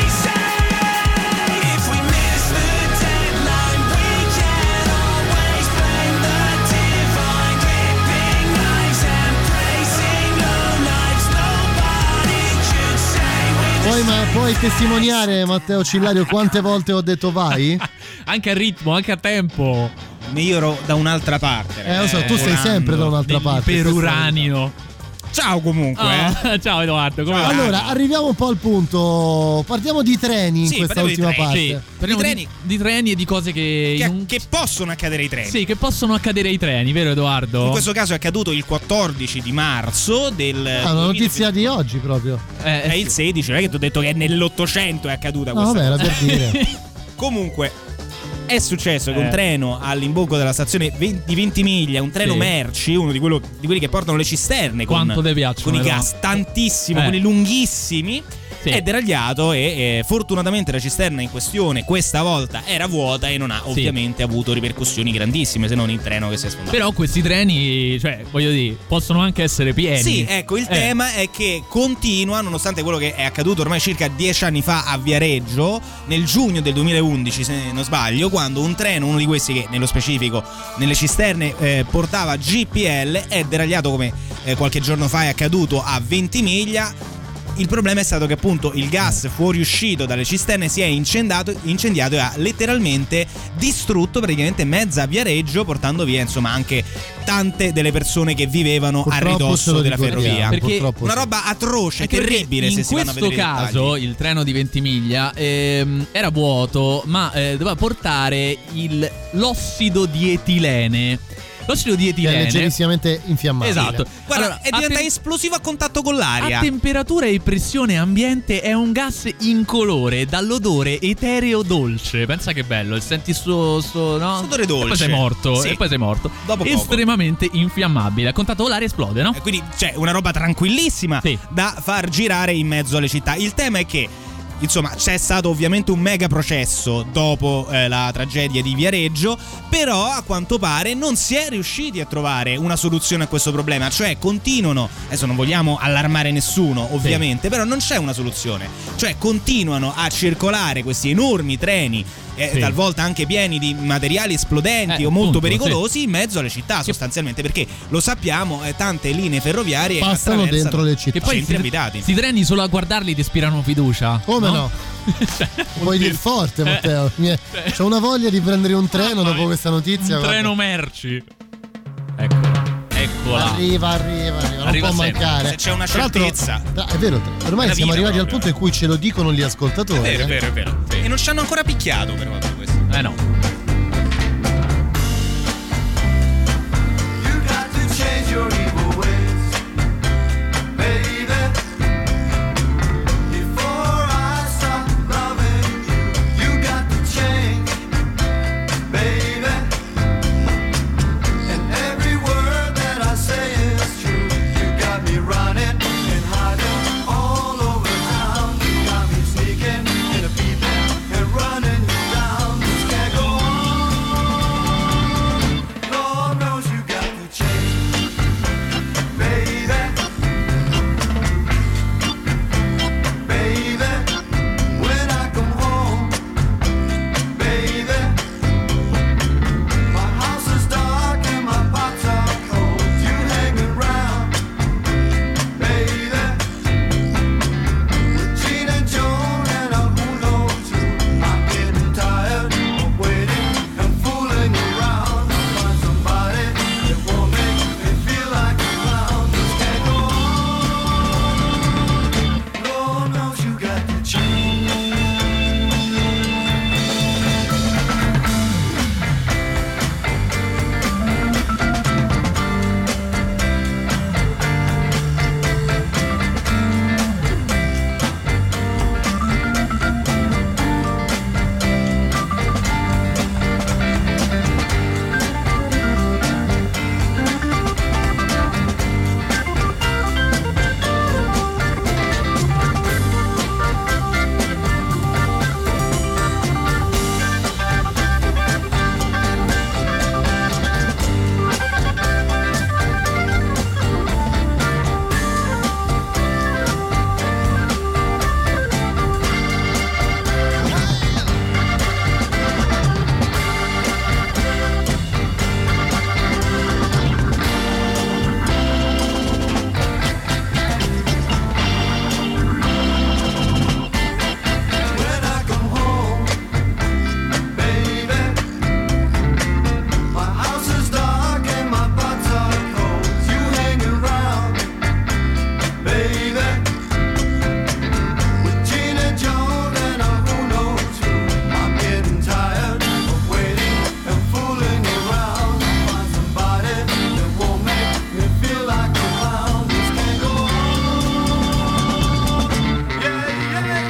S11: safe. If we miss the deadline, we can always blame the divine, ripping knives and praising no lives. Nobody could say with
S5: Poi, ma puoi testimoniare, Matteo Cillario, quante volte ho detto vai?
S6: Anche a ritmo, anche a tempo.
S7: Io ero da un'altra parte.
S5: Eh, lo so, tu sei sempre da un'altra parte.
S6: Per
S5: questo è-
S6: uranio.
S7: Ciao comunque.
S6: Ah, ciao Edoardo, come va?
S5: Allora, arriviamo un po' al punto. Parliamo di treni in
S7: Sì,
S5: questa
S7: parliamo di
S5: ultima
S7: treni,
S5: parte.
S6: Sì, parliamo
S7: Di
S6: di,
S7: treni.
S6: di treni e di cose che,
S7: Che,
S6: in un-
S7: che possono accadere ai treni.
S6: sì, che possono accadere ai treni, vero Edoardo?
S7: In questo caso è accaduto il quattordici di marzo del
S5: Ah, una notizia di oggi proprio.
S6: Eh,
S7: è il sedici, non è che ti ho detto che è nell'Ottocento è accaduta
S5: No,
S7: questa
S5: vabbè, era
S7: cosa.
S5: per dire.
S7: Comunque è successo che
S6: Eh.
S7: un treno all'imbocco della stazione venti di Ventimiglia, un treno
S6: Sì.
S7: merci, uno di, quello- di quelli che portano le cisterne con,
S6: Quanto ti piacciono,
S7: con i
S6: no?
S7: gas, tantissimo,
S6: Eh.
S7: quelli lunghissimi.
S6: Sì.
S7: È deragliato e eh, fortunatamente la cisterna in questione questa volta era vuota e non ha ovviamente avuto ripercussioni grandissime, se non il treno che si è sfondato.
S6: Però questi treni, cioè, voglio dire, possono anche essere pieni.
S7: Sì, ecco, il
S6: Eh.
S7: tema è che continua, nonostante quello che è accaduto ormai circa dieci anni fa a Viareggio, nel giugno del duemilaundici, se non sbaglio, quando un treno, uno di questi che nello specifico nelle cisterne eh, portava G P L, è deragliato come eh, qualche giorno fa è accaduto a Ventimiglia. Il problema è stato che appunto il gas fuoriuscito dalle cisterne si è incendiato, incendiato e ha letteralmente distrutto praticamente mezza Viareggio, portando via insomma anche tante delle persone che vivevano
S5: Purtroppo
S7: a
S5: ce
S7: ridosso
S5: lo
S7: della
S5: ricordiamo,
S7: ferrovia.
S6: Perché
S5: purtroppo
S7: Una
S5: sì.
S7: roba atroce,
S6: Anche perché
S7: terribile
S6: in
S7: se si vanno a
S6: questo
S7: vedere i
S6: caso
S7: dettagli.
S6: il treno di Ventimiglia ehm, era vuoto, ma eh, doveva portare il, l'ossido di etilene. L'ossido di
S5: Che è
S6: etilene
S5: leggerissimamente infiammabile.
S6: Esatto.
S7: Guarda,
S6: Allora,
S7: e
S6: a
S7: diventa
S6: te-
S7: esplosivo a contatto con l'aria.
S6: A temperatura e pressione ambiente è un gas incolore dall'odore etereo dolce. Pensa che bello, senti sto, sto no?
S7: Odore dolce.
S6: E poi sei morto,
S7: Sì.
S6: e poi sei morto.
S7: Dopo poco.
S6: Estremamente infiammabile. A contatto con l'aria esplode, no?
S7: E quindi c'è una roba tranquillissima
S6: Sì.
S7: da far girare in mezzo alle città. Il tema è che insomma c'è stato ovviamente un mega processo dopo eh, la tragedia di Viareggio, però a quanto pare non si è riusciti a trovare una soluzione a questo problema, cioè continuano, adesso non vogliamo allarmare nessuno ovviamente, però non c'è una soluzione, cioè continuano a circolare questi enormi treni eh,
S6: Sì.
S7: talvolta anche pieni di materiali esplodenti
S6: Eh,
S7: o molto
S6: appunto,
S7: pericolosi in mezzo alle città sostanzialmente, perché lo sappiamo eh, tante linee ferroviarie
S5: Passano
S7: attraversano
S5: dentro le città.
S6: Che poi
S7: centri
S6: sti,
S7: abitati.
S6: sti treni solo a guardarli ti ispirano fiducia.
S5: Come no? Vuoi dir forte, Matteo? Eh. C'ho una voglia di prendere un treno dopo questa notizia.
S6: Un
S5: guarda.
S6: treno merci. Eccola. Eccola.
S5: Arriva, arriva, arriva. Non
S6: Arriva
S5: può
S6: sempre.
S5: mancare.
S7: Se c'è una
S5: Tra l'altro,
S7: certezza.
S5: da- è vero, ormai
S7: Una
S5: siamo
S7: vita
S5: arrivati al
S7: proprio.
S5: punto in cui ce lo dicono gli ascoltatori.
S7: È vero,
S5: eh.
S7: è vero, è vero. E non ci hanno ancora picchiato però per questo.
S6: Eh no.
S16: Change your evil ways, baby. Before I stop loving you, you got to change, baby. And every word that I say is true. You got me running and hiding all over town. You got me sneaking and a peeping and running you down. This can't go on. Lord knows you got to change, baby, baby, when I come home, baby, my house is dark and my pots are cold, you hanging round, baby, with Gene and Joan and a who knows who, I'm getting tired of waiting and fooling around to find somebody that won't make me feel like a clown. This can't go on. Lord knows you got to change. When I come home, baby, my house is dark and my pots are cold. You hanging round, baby, with Gene and Joan and a who knows who. I'm getting tired of waiting and fooling around to find somebody that won't make me feel like a clown. This can't go on. Yeah, yeah, yeah.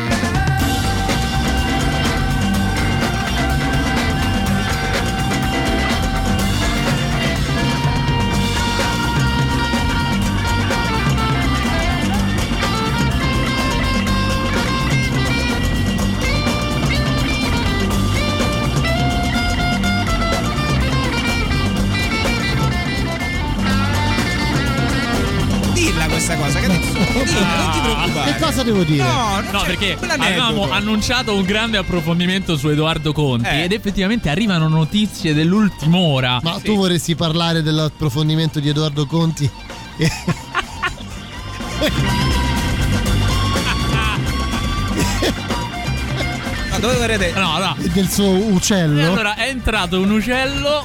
S7: Dilla questa cosa, che adesso dilla, non ti preoccupare.
S5: Che cosa devo dire?
S7: No,
S6: No,
S7: cioè,
S6: perché
S7: quell'aneddoto.
S6: avevamo annunciato un grande approfondimento su Edoardo Conti
S7: Eh.
S6: ed effettivamente arrivano notizie dell'ultima ora.
S5: Ma tu vorresti parlare dell'approfondimento di Edoardo Conti?
S7: No, dove vorrete?
S6: No, no.
S5: E del suo uccello?
S6: E allora è entrato un uccello.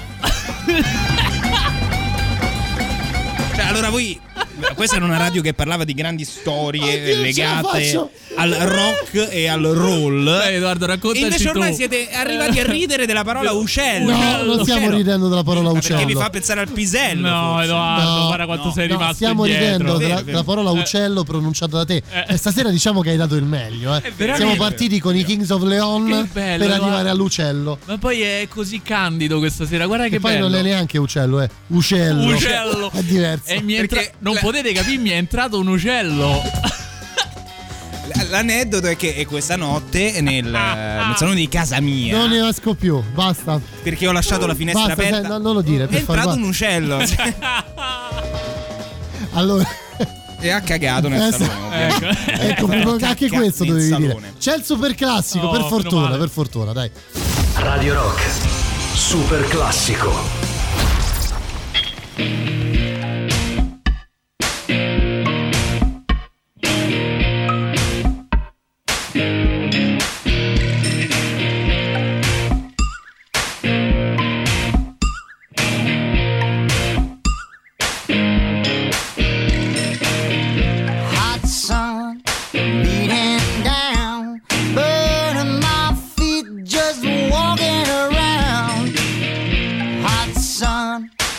S7: Cioè, allora voi. Questa era una radio che parlava di grandi storie
S5: Oddio,
S7: legate
S5: ce la faccio.
S7: al rock e al roll.
S6: Beh, Edoardo,
S7: E
S6: raccontaci
S7: invece ormai
S6: tu.
S7: siete arrivati a ridere della parola uccello.
S5: No,
S7: Uccello,
S5: non stiamo
S7: uccello.
S5: ridendo della parola
S7: Ma
S5: uccello.
S7: perché vi fa pensare al pisello.
S6: No,
S7: forse.
S6: Edoardo,
S5: No,
S6: guarda quanto
S7: no,
S6: sei
S5: No,
S6: rimasto
S5: stiamo
S6: indietro.
S5: ridendo della,
S7: Vero, vero.
S5: della parola
S6: Eh.
S5: uccello pronunciata da te. E stasera diciamo che hai dato il meglio. Eh.
S6: veramente.
S5: Siamo partiti con i Kings of Leon
S6: Che bello,
S5: per
S6: guarda.
S5: arrivare all'uccello.
S6: Ma poi è così candido questa sera, guarda
S5: E
S6: che
S5: poi
S6: bello.
S5: non è neanche uccello, è uccello.
S6: Uccello.
S5: È diverso.
S6: E mi è entra-
S7: Perché
S6: non
S7: la-
S6: potete capire, mi è entrato un uccello.
S7: L'aneddoto è che è questa notte nel, nel salone di casa mia.
S5: Non ne esco più, basta.
S7: Perché ho lasciato la finestra
S5: Basta,
S7: aperta.
S5: sai, no, non lo dire,
S7: È
S5: per
S7: entrato
S5: favore.
S7: un uccello.
S5: Allora,
S7: E ha cagato nel
S5: Eh,
S7: salone.
S5: sì.
S7: ovviamente.
S6: Ecco.
S5: ecco, proprio anche
S7: Cacca
S5: questo
S7: nel
S5: dovevi dire.
S7: salone.
S5: C'è il super classico,
S6: Oh,
S5: per
S6: meno
S5: fortuna,
S6: male.
S5: per fortuna, dai.
S25: Radio Rock, super classico.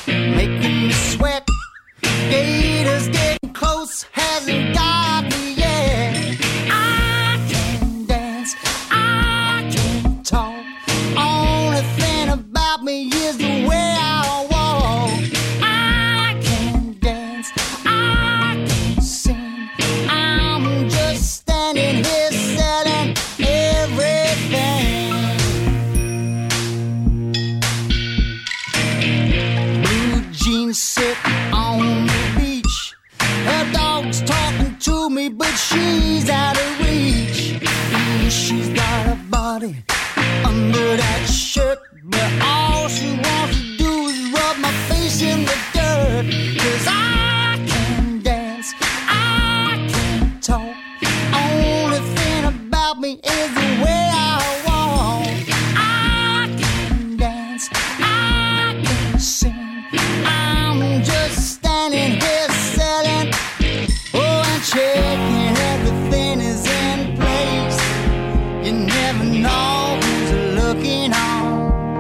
S2: making me sweat. Gators getting close, hasn't got me yet. I can dance, I can talk. Only thing about me is the way I walk. I can dance, I can sing. I'm just standing here selling everything. Blue jeans sit on the beach. Her dog's talking to me, but she's out of reach. And she's got a body under that shirt, but all she wants to do is rub my face in the dirt. 'Cause I can dance, I can talk. Only thing about me is the way I walk. I can dance, I can sing. I'm just standing here selling, oh, and checking everything is in place. You never know who's looking on.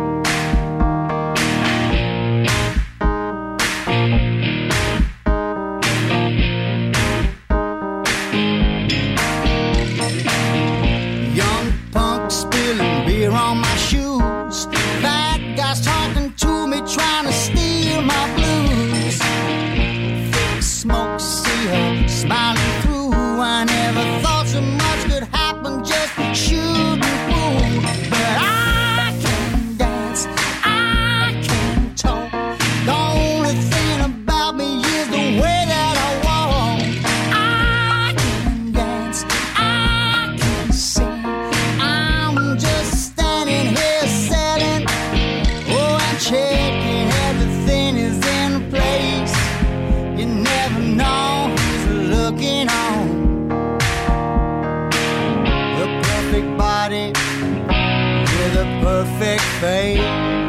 S2: Young punk spilling beer on my shoes. Bad guys talking to me, trying to steal my blues. Thick smoke, see her smiling through. I never thought so much could happen, just shooting through. But I can dance, I can talk. The only thing about me is the way that I walk. I can dance, I can sing. I'm just standing here selling, oh, and checking everything is in place. You never know who's looking on. The perfect body with a perfect face.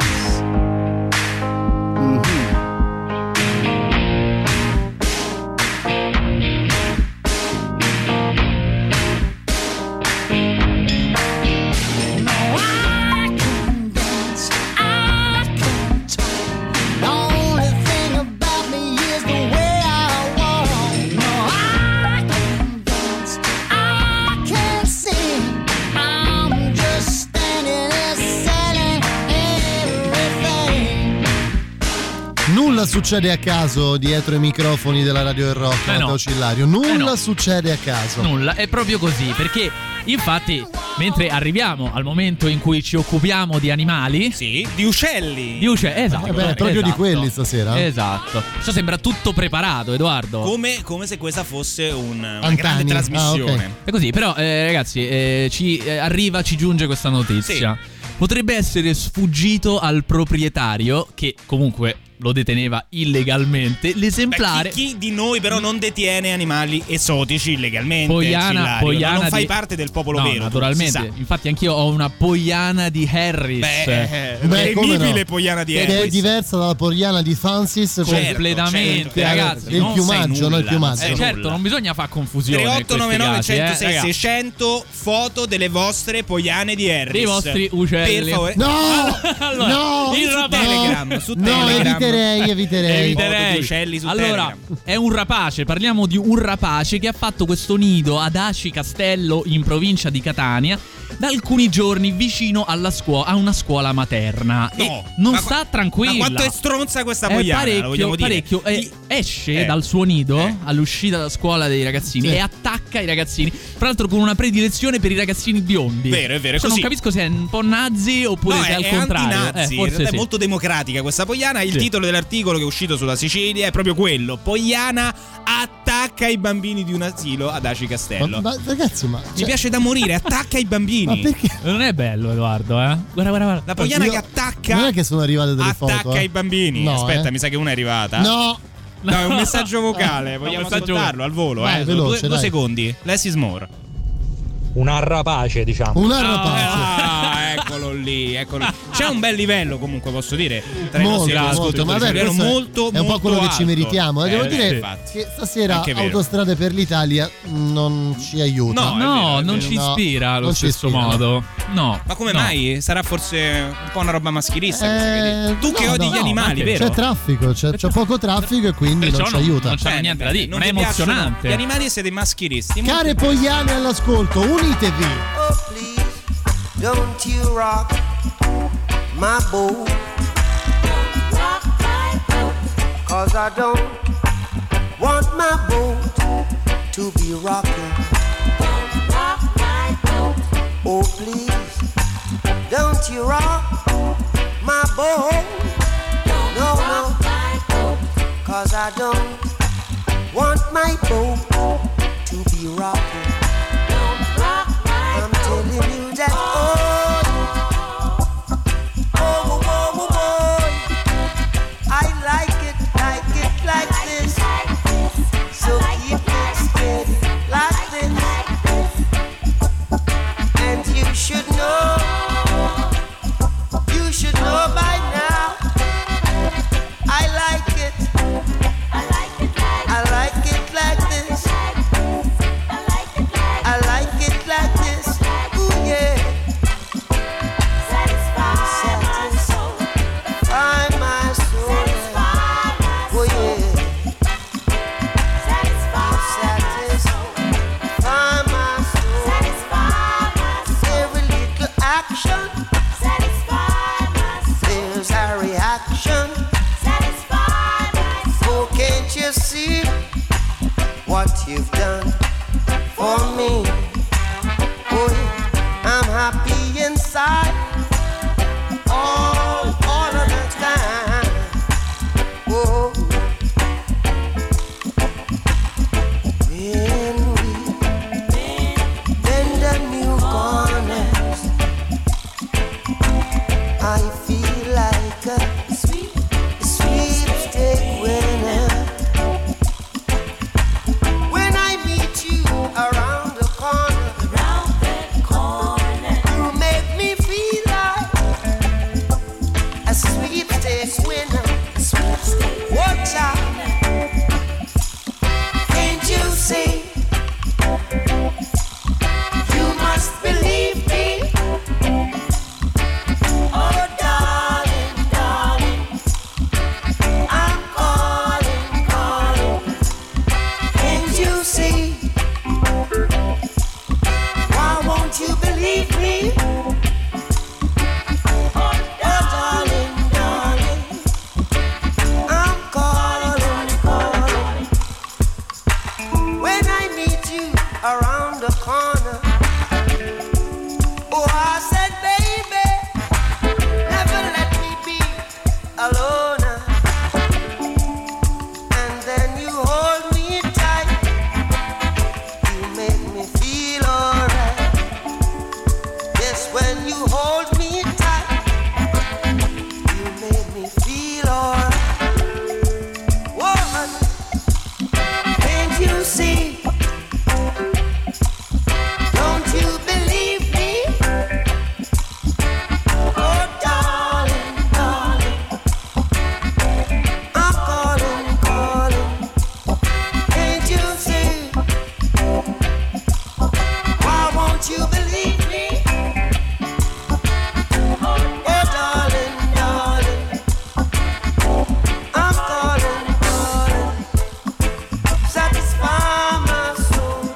S5: Nulla succede a caso dietro i microfoni della Radio del Rock,
S6: Eh no.
S5: Matteo Cillario. Nulla
S6: Eh no.
S5: succede a caso.
S6: Nulla, è proprio così, perché infatti mentre arriviamo al momento in cui ci occupiamo di animali,
S7: sì, di uccelli.
S6: Di uccelli, esatto.
S5: Eh beh, proprio di
S6: esatto.
S5: quelli stasera.
S6: Esatto. Questo sembra tutto preparato, Edoardo.
S7: Come, come se questa fosse un, una
S5: Antani.
S7: grande trasmissione.
S5: Ah, ok.
S6: È così, però eh, ragazzi, eh, ci eh, arriva, ci giunge questa notizia. Potrebbe essere sfuggito al proprietario, che comunque lo deteneva illegalmente, l'esemplare.
S7: Beh, chi, chi di noi però non detiene animali esotici illegalmente?
S6: Poiana,
S7: Cillario?
S6: Poiana
S7: non fai
S6: di...
S7: parte del popolo
S6: no,
S7: vero. tu,
S6: naturalmente.
S7: si sa.
S6: Infatti anch'io ho una Poiana di Harris.
S7: Beh,
S5: Beh, come
S7: temibile
S5: no?
S7: Poiana di
S5: Che
S7: Harris.
S5: è diversa dalla Poiana di Francis.
S7: Certo,
S6: completamente,
S7: certo,
S6: ragazzi.
S5: Il
S6: non
S5: piumaggio,
S7: sai
S5: no? Il
S7: nulla,
S5: piumaggio.
S6: Eh, certo, non bisogna fare confusione.
S7: tre otto nove nove
S6: in questi casi,
S7: centosei
S6: eh, raga.
S7: seicento foto delle vostre Poiane di Harris.
S6: Dei vostri uccelli.
S7: Per favore.
S5: No!
S6: Allora,
S5: no!
S6: il
S7: su
S6: rapace.
S7: Telegram, su
S5: No,
S7: Telegram.
S5: eviterei, eviterei.
S6: Eviterei.
S7: Foto di uccelli su
S6: Allora,
S7: Telegram.
S6: è un rapace, parliamo di un rapace che ha fatto questo nido ad Aci Castello in provincia di Catania da alcuni giorni vicino alla scuola, a una scuola materna.
S7: No,
S6: e non
S7: ma
S6: sta
S7: qua-
S6: tranquilla.
S7: Ma quanto è stronza questa
S6: È
S7: Poiana, lo
S6: parecchio,
S7: vogliamo dire.
S6: parecchio. Eh,
S7: Chi-
S6: esce
S7: Eh.
S6: dal suo nido
S7: Eh.
S6: all'uscita dalla scuola dei ragazzini
S5: Sì.
S6: e attacca i ragazzini. Tra l'altro con una predilezione per i ragazzini biondi.
S7: Vero, è vero, è
S6: Cioè,
S7: così.
S6: non capisco se è un po' nazi oppure
S7: No,
S6: se è,
S7: è,
S6: al
S7: è
S6: contrario.
S7: antinazi,
S6: Eh,
S7: in
S6: forse
S7: realtà
S6: sì.
S7: è molto democratica questa Poiana. Il
S6: Sì.
S7: titolo dell'articolo che è uscito sulla Sicilia è proprio quello: Poiana attacca i bambini di un asilo ad Aci Castello.
S5: Ma, ma ragazzi, ma
S7: Mi
S5: cioè,
S7: piace da morire, attacca i bambini.
S5: ma perché?
S6: Non è bello, Edoardo, eh? Guarda, guarda, guarda.
S7: La Poiana
S5: Io-
S7: che attacca
S5: Non è che sono arrivate delle
S7: attacca
S5: foto. eh.
S7: i bambini.
S5: No,
S7: Aspetta,
S5: eh.
S7: mi sa che una è arrivata.
S5: No.
S7: No, è un messaggio vocale.
S6: No,
S7: Vogliamo
S6: un messaggio-
S7: ascoltarlo al volo,
S5: Vai,
S7: eh?
S5: veloce,
S7: due, due
S5: dai.
S7: secondi. Less is more.
S4: Una rapace, diciamo.
S5: Una rapace.
S7: Ah, eccolo lì, eccolo lì. c'è un bel livello comunque, posso dire, tra
S5: molto,
S7: i nostri ascoltatori.
S5: Ma beh,
S7: molto,
S5: molto, è un po' quello
S7: molto
S5: che ci
S7: alto.
S5: meritiamo.
S7: Eh,
S5: Devo
S7: eh,
S5: dire
S7: infatti.
S5: che stasera
S7: Anche vero.
S5: Autostrade per l'Italia non ci aiuta.
S6: No, no, non ci ispira allo
S5: non ci
S6: stesso
S5: ispira,
S6: modo. No.
S7: Ma come
S6: no.
S7: mai? Sarà forse un po' una roba maschilista?
S5: Eh,
S7: tu che
S5: no,
S7: odi
S5: no,
S7: gli
S5: no,
S7: animali, vero?
S5: C'è traffico, c'è, c'è poco traffico e quindi
S6: Perciò
S5: non ci
S6: non-
S5: aiuta.
S6: non c'è
S7: Bene,
S6: niente da
S7: bene.
S6: dire, non,
S7: vi
S6: è
S7: piacciono
S6: emozionante.
S7: Gli animali e siete maschilisti.
S5: Care Pogliane all'ascolto, unitevi.
S16: Oh, please, don't you rock my boat. Rock my boat. Cause I don't want my boat to be rocking. Don't rock my boat. Oh, please, don't you rock my boat. Don't no, rock no. my boat. Cause I don't want my boat to be rocking. I'm telling you that, oh, oh, oh, oh, oh, I like it, like it like this. So keep it steady like this. And you should know, you should know by now. I like it, I like it like this. I like it like this. Ooh, yeah. Satisfy my soul. Satisfy my soul. Oh, yeah. Satisfy my soul. Every little action. There's a reaction. Oh, can't you see what you've done for me? Oh, yeah. I'm happy inside all, all of the time. Oh, when we bend the new corners, I feel like a sweet, sweepstake winner. When I meet you around the corner, around the corner, you make me feel like a sweepstakes winner. Watch out, can't you see? You must believe me. Oh, darling, darling, I'm calling, calling. Can't you see? Why won't you believe me? Oh, darling, darling, I'm calling, calling. When I meet you around the corner, oh, I said, baby, never let me be alone. And then you hold me tight, you make me feel alright. Yes, when you hold me tight, you make me feel alright. Woman, can't you see? Don't you believe me? Oh, darling, darling, I'm calling, calling. Can't you see? Why won't you believe me? Oh, darling, darling, I'm calling, calling. Satisfy my soul.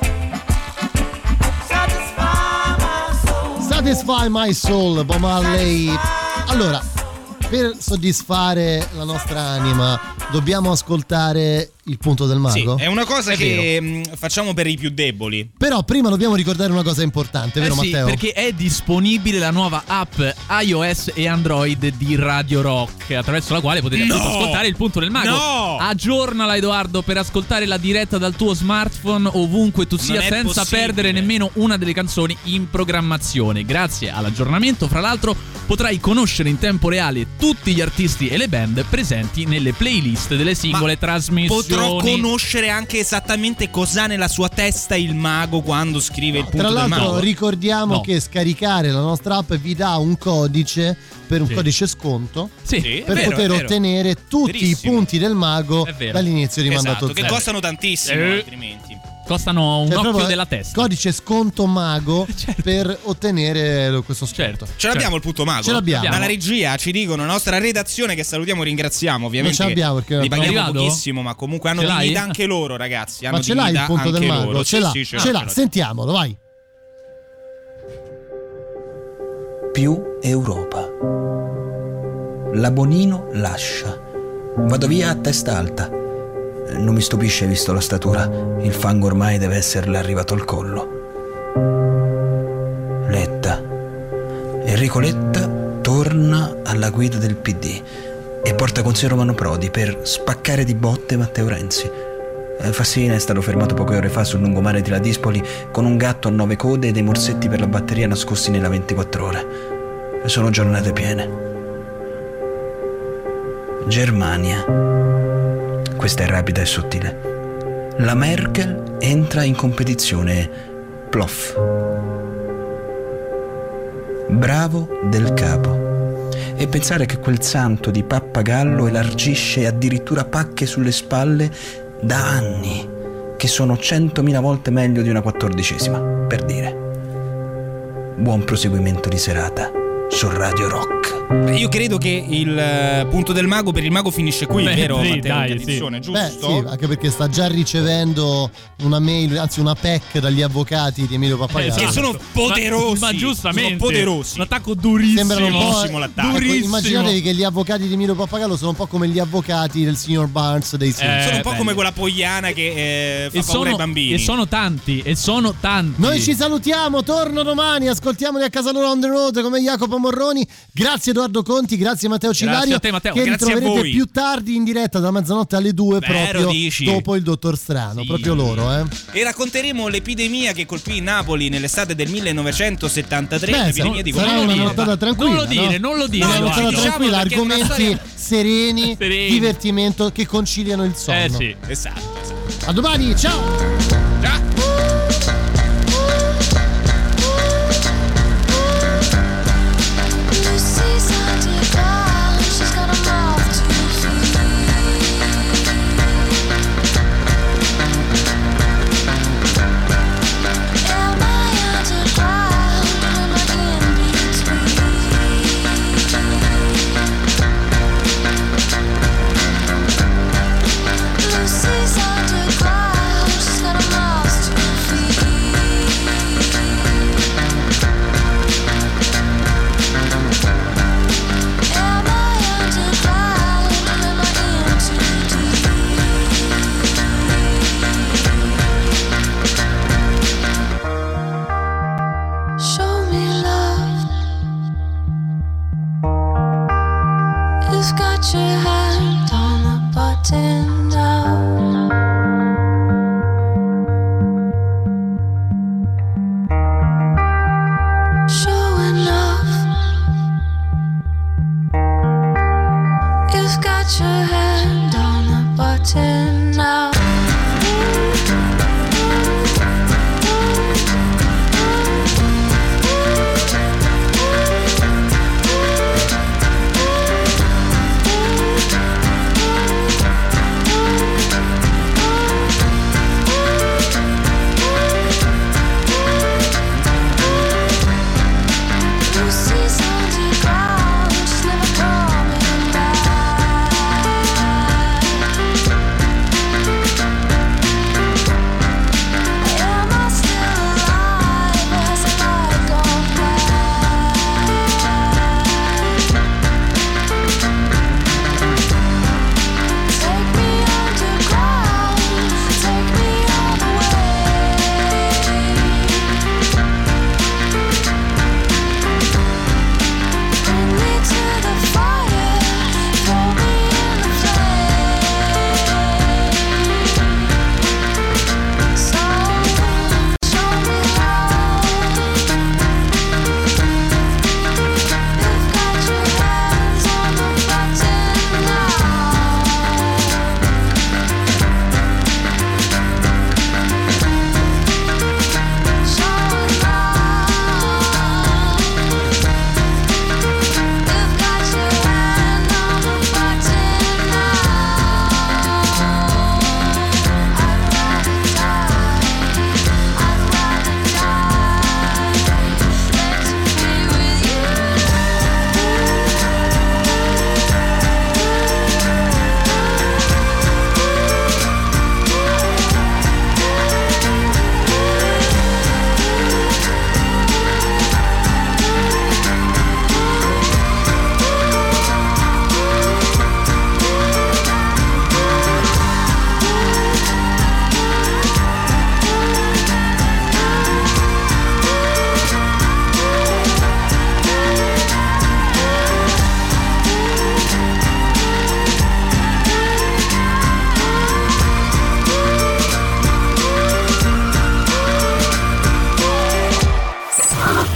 S16: Satisfy my soul.
S5: Satisfy My Soul, Bob Marley. Allora, per soddisfare la nostra anima dobbiamo ascoltare il punto del mago?
S7: Sì, è una cosa
S5: È
S7: che
S5: vero.
S7: mh, facciamo per i più deboli.
S5: Però prima dobbiamo ricordare una cosa importante, vero
S6: Eh sì,
S5: Matteo?
S6: perché è disponibile la nuova app iOS e Android di Radio Rock, attraverso la quale potete
S7: No!
S6: appunto ascoltare il punto del mago.
S7: No!
S6: Aggiornala, Edoardo, per ascoltare la diretta dal tuo smartphone ovunque tu sia,
S7: Non è
S6: senza
S7: possibile.
S6: perdere nemmeno una delle canzoni in programmazione. Grazie all'aggiornamento, fra l'altro, potrai conoscere in tempo reale tutti gli artisti e le band presenti nelle playlist delle singole trasmissioni.
S7: potrò conoscere anche esattamente cos'ha nella sua testa il mago quando scrive no, il punto
S5: del mago. Tra l'altro ricordiamo
S7: no.
S5: che scaricare la nostra app vi dà un codice per un sì. codice sconto
S6: sì.
S5: per
S7: vero,
S5: poter ottenere tutti
S7: Verissimo.
S5: i punti del mago dall'inizio di
S7: esatto,
S5: Mandato
S7: che
S5: Zero.
S7: costano tantissimo eh. altrimenti
S6: costano un
S5: cioè,
S6: occhio della testa.
S5: Codice sconto mago certo. per ottenere questo sconto.
S6: Certo.
S7: Ce l'abbiamo certo. il punto mago?
S5: Ce l'abbiamo.
S7: Dalla regia ci dicono, la nostra redazione che salutiamo e ringraziamo, ovviamente.
S5: Non ce l'abbiamo perché
S7: li paghiamo pochissimo, ma comunque hanno dignità anche loro, ragazzi. Hanno
S5: ma ce l'hai il punto del mago?
S7: Loro.
S5: Ce
S7: sì,
S5: l'ha,
S7: sì,
S5: ce, ce l'ha. Sentiamolo, vai.
S4: Più Europa. La Bonino lascia. Vado via a testa alta. Non mi stupisce visto la statura, il fango ormai deve esserle arrivato al collo. Letta. Enrico Letta torna alla guida del P D e porta con sé Romano Prodi per spaccare di botte Matteo Renzi. Fassina è stato fermato poche ore fa sul lungomare di Ladispoli con un gatto a nove code e dei morsetti per la batteria nascosti nella ventiquattro ore. Sono giornate piene. Germania. Questa è rapida e sottile. La Merkel entra in competizione. Plof. Bravo del capo. E pensare che quel santo di pappagallo elargisce addirittura pacche sulle spalle da anni, che sono centomila volte meglio di una quattordicesima, per dire. Buon proseguimento di serata su Radio Rock.
S7: Io credo che il punto del mago per il mago finisce qui,
S6: Beh,
S7: vero
S6: sì,
S7: Matteo?
S6: dai,
S7: Edizione,
S6: sì.
S7: giusto?
S5: Beh, sì, anche perché sta già ricevendo una mail, anzi una P E C dagli avvocati di Emilio Pappagallo.
S7: Che sono poderosi.
S6: Ma, ma giustamente.
S7: Sono poderosi.
S6: Un attacco durissimo.
S5: Sembrano un po',
S7: l'attacco.
S5: ecco, immaginatevi che gli avvocati di Emilio Pappagallo sono un po' come gli avvocati del signor Barnes dei Simpsons.
S7: Eh, sono un po'
S6: belli.
S7: come quella pogliana che eh, fa
S6: e
S7: paura
S6: sono,
S7: ai bambini.
S6: E sono tanti, e sono tanti.
S5: Noi ci salutiamo, torno domani, ascoltiamoli a casa loro on the road come Jacopo Morroni. Grazie Edoardo Conti, grazie Matteo Cillario.
S6: Grazie a te, Matteo.
S5: Che
S6: Grazie
S5: ritroverete più tardi in diretta da mezzanotte alle due.
S7: Vero,
S5: proprio
S7: dici?
S5: dopo il Dottor Strano,
S7: Sì.
S5: proprio loro, eh.
S7: E racconteremo l'epidemia che colpì Napoli nell'estate del millenovecentosettantatré.
S5: Beh,
S7: l'epidemia di
S5: sarà una nottata tranquilla.
S6: Non lo dire,
S5: no?
S6: non lo dire.
S5: Una
S7: No,
S5: nottata
S7: diciamo
S5: tranquilla,
S7: perché è una
S5: argomenti
S7: storia-
S5: sereni,
S6: Sereni.
S5: divertimento che conciliano il sonno.
S6: Eh sì.
S7: Esatto, esatto.
S5: A domani, ciao!
S7: Ciao.
S11: Lucy's underground, she's got a mouth to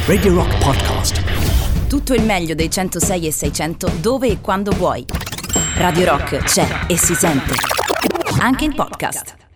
S10: Radio Rock Podcast.
S12: Tutto il meglio dei centosei e seicento dove e quando vuoi. Radio Rock c'è e si sente. Anche in podcast.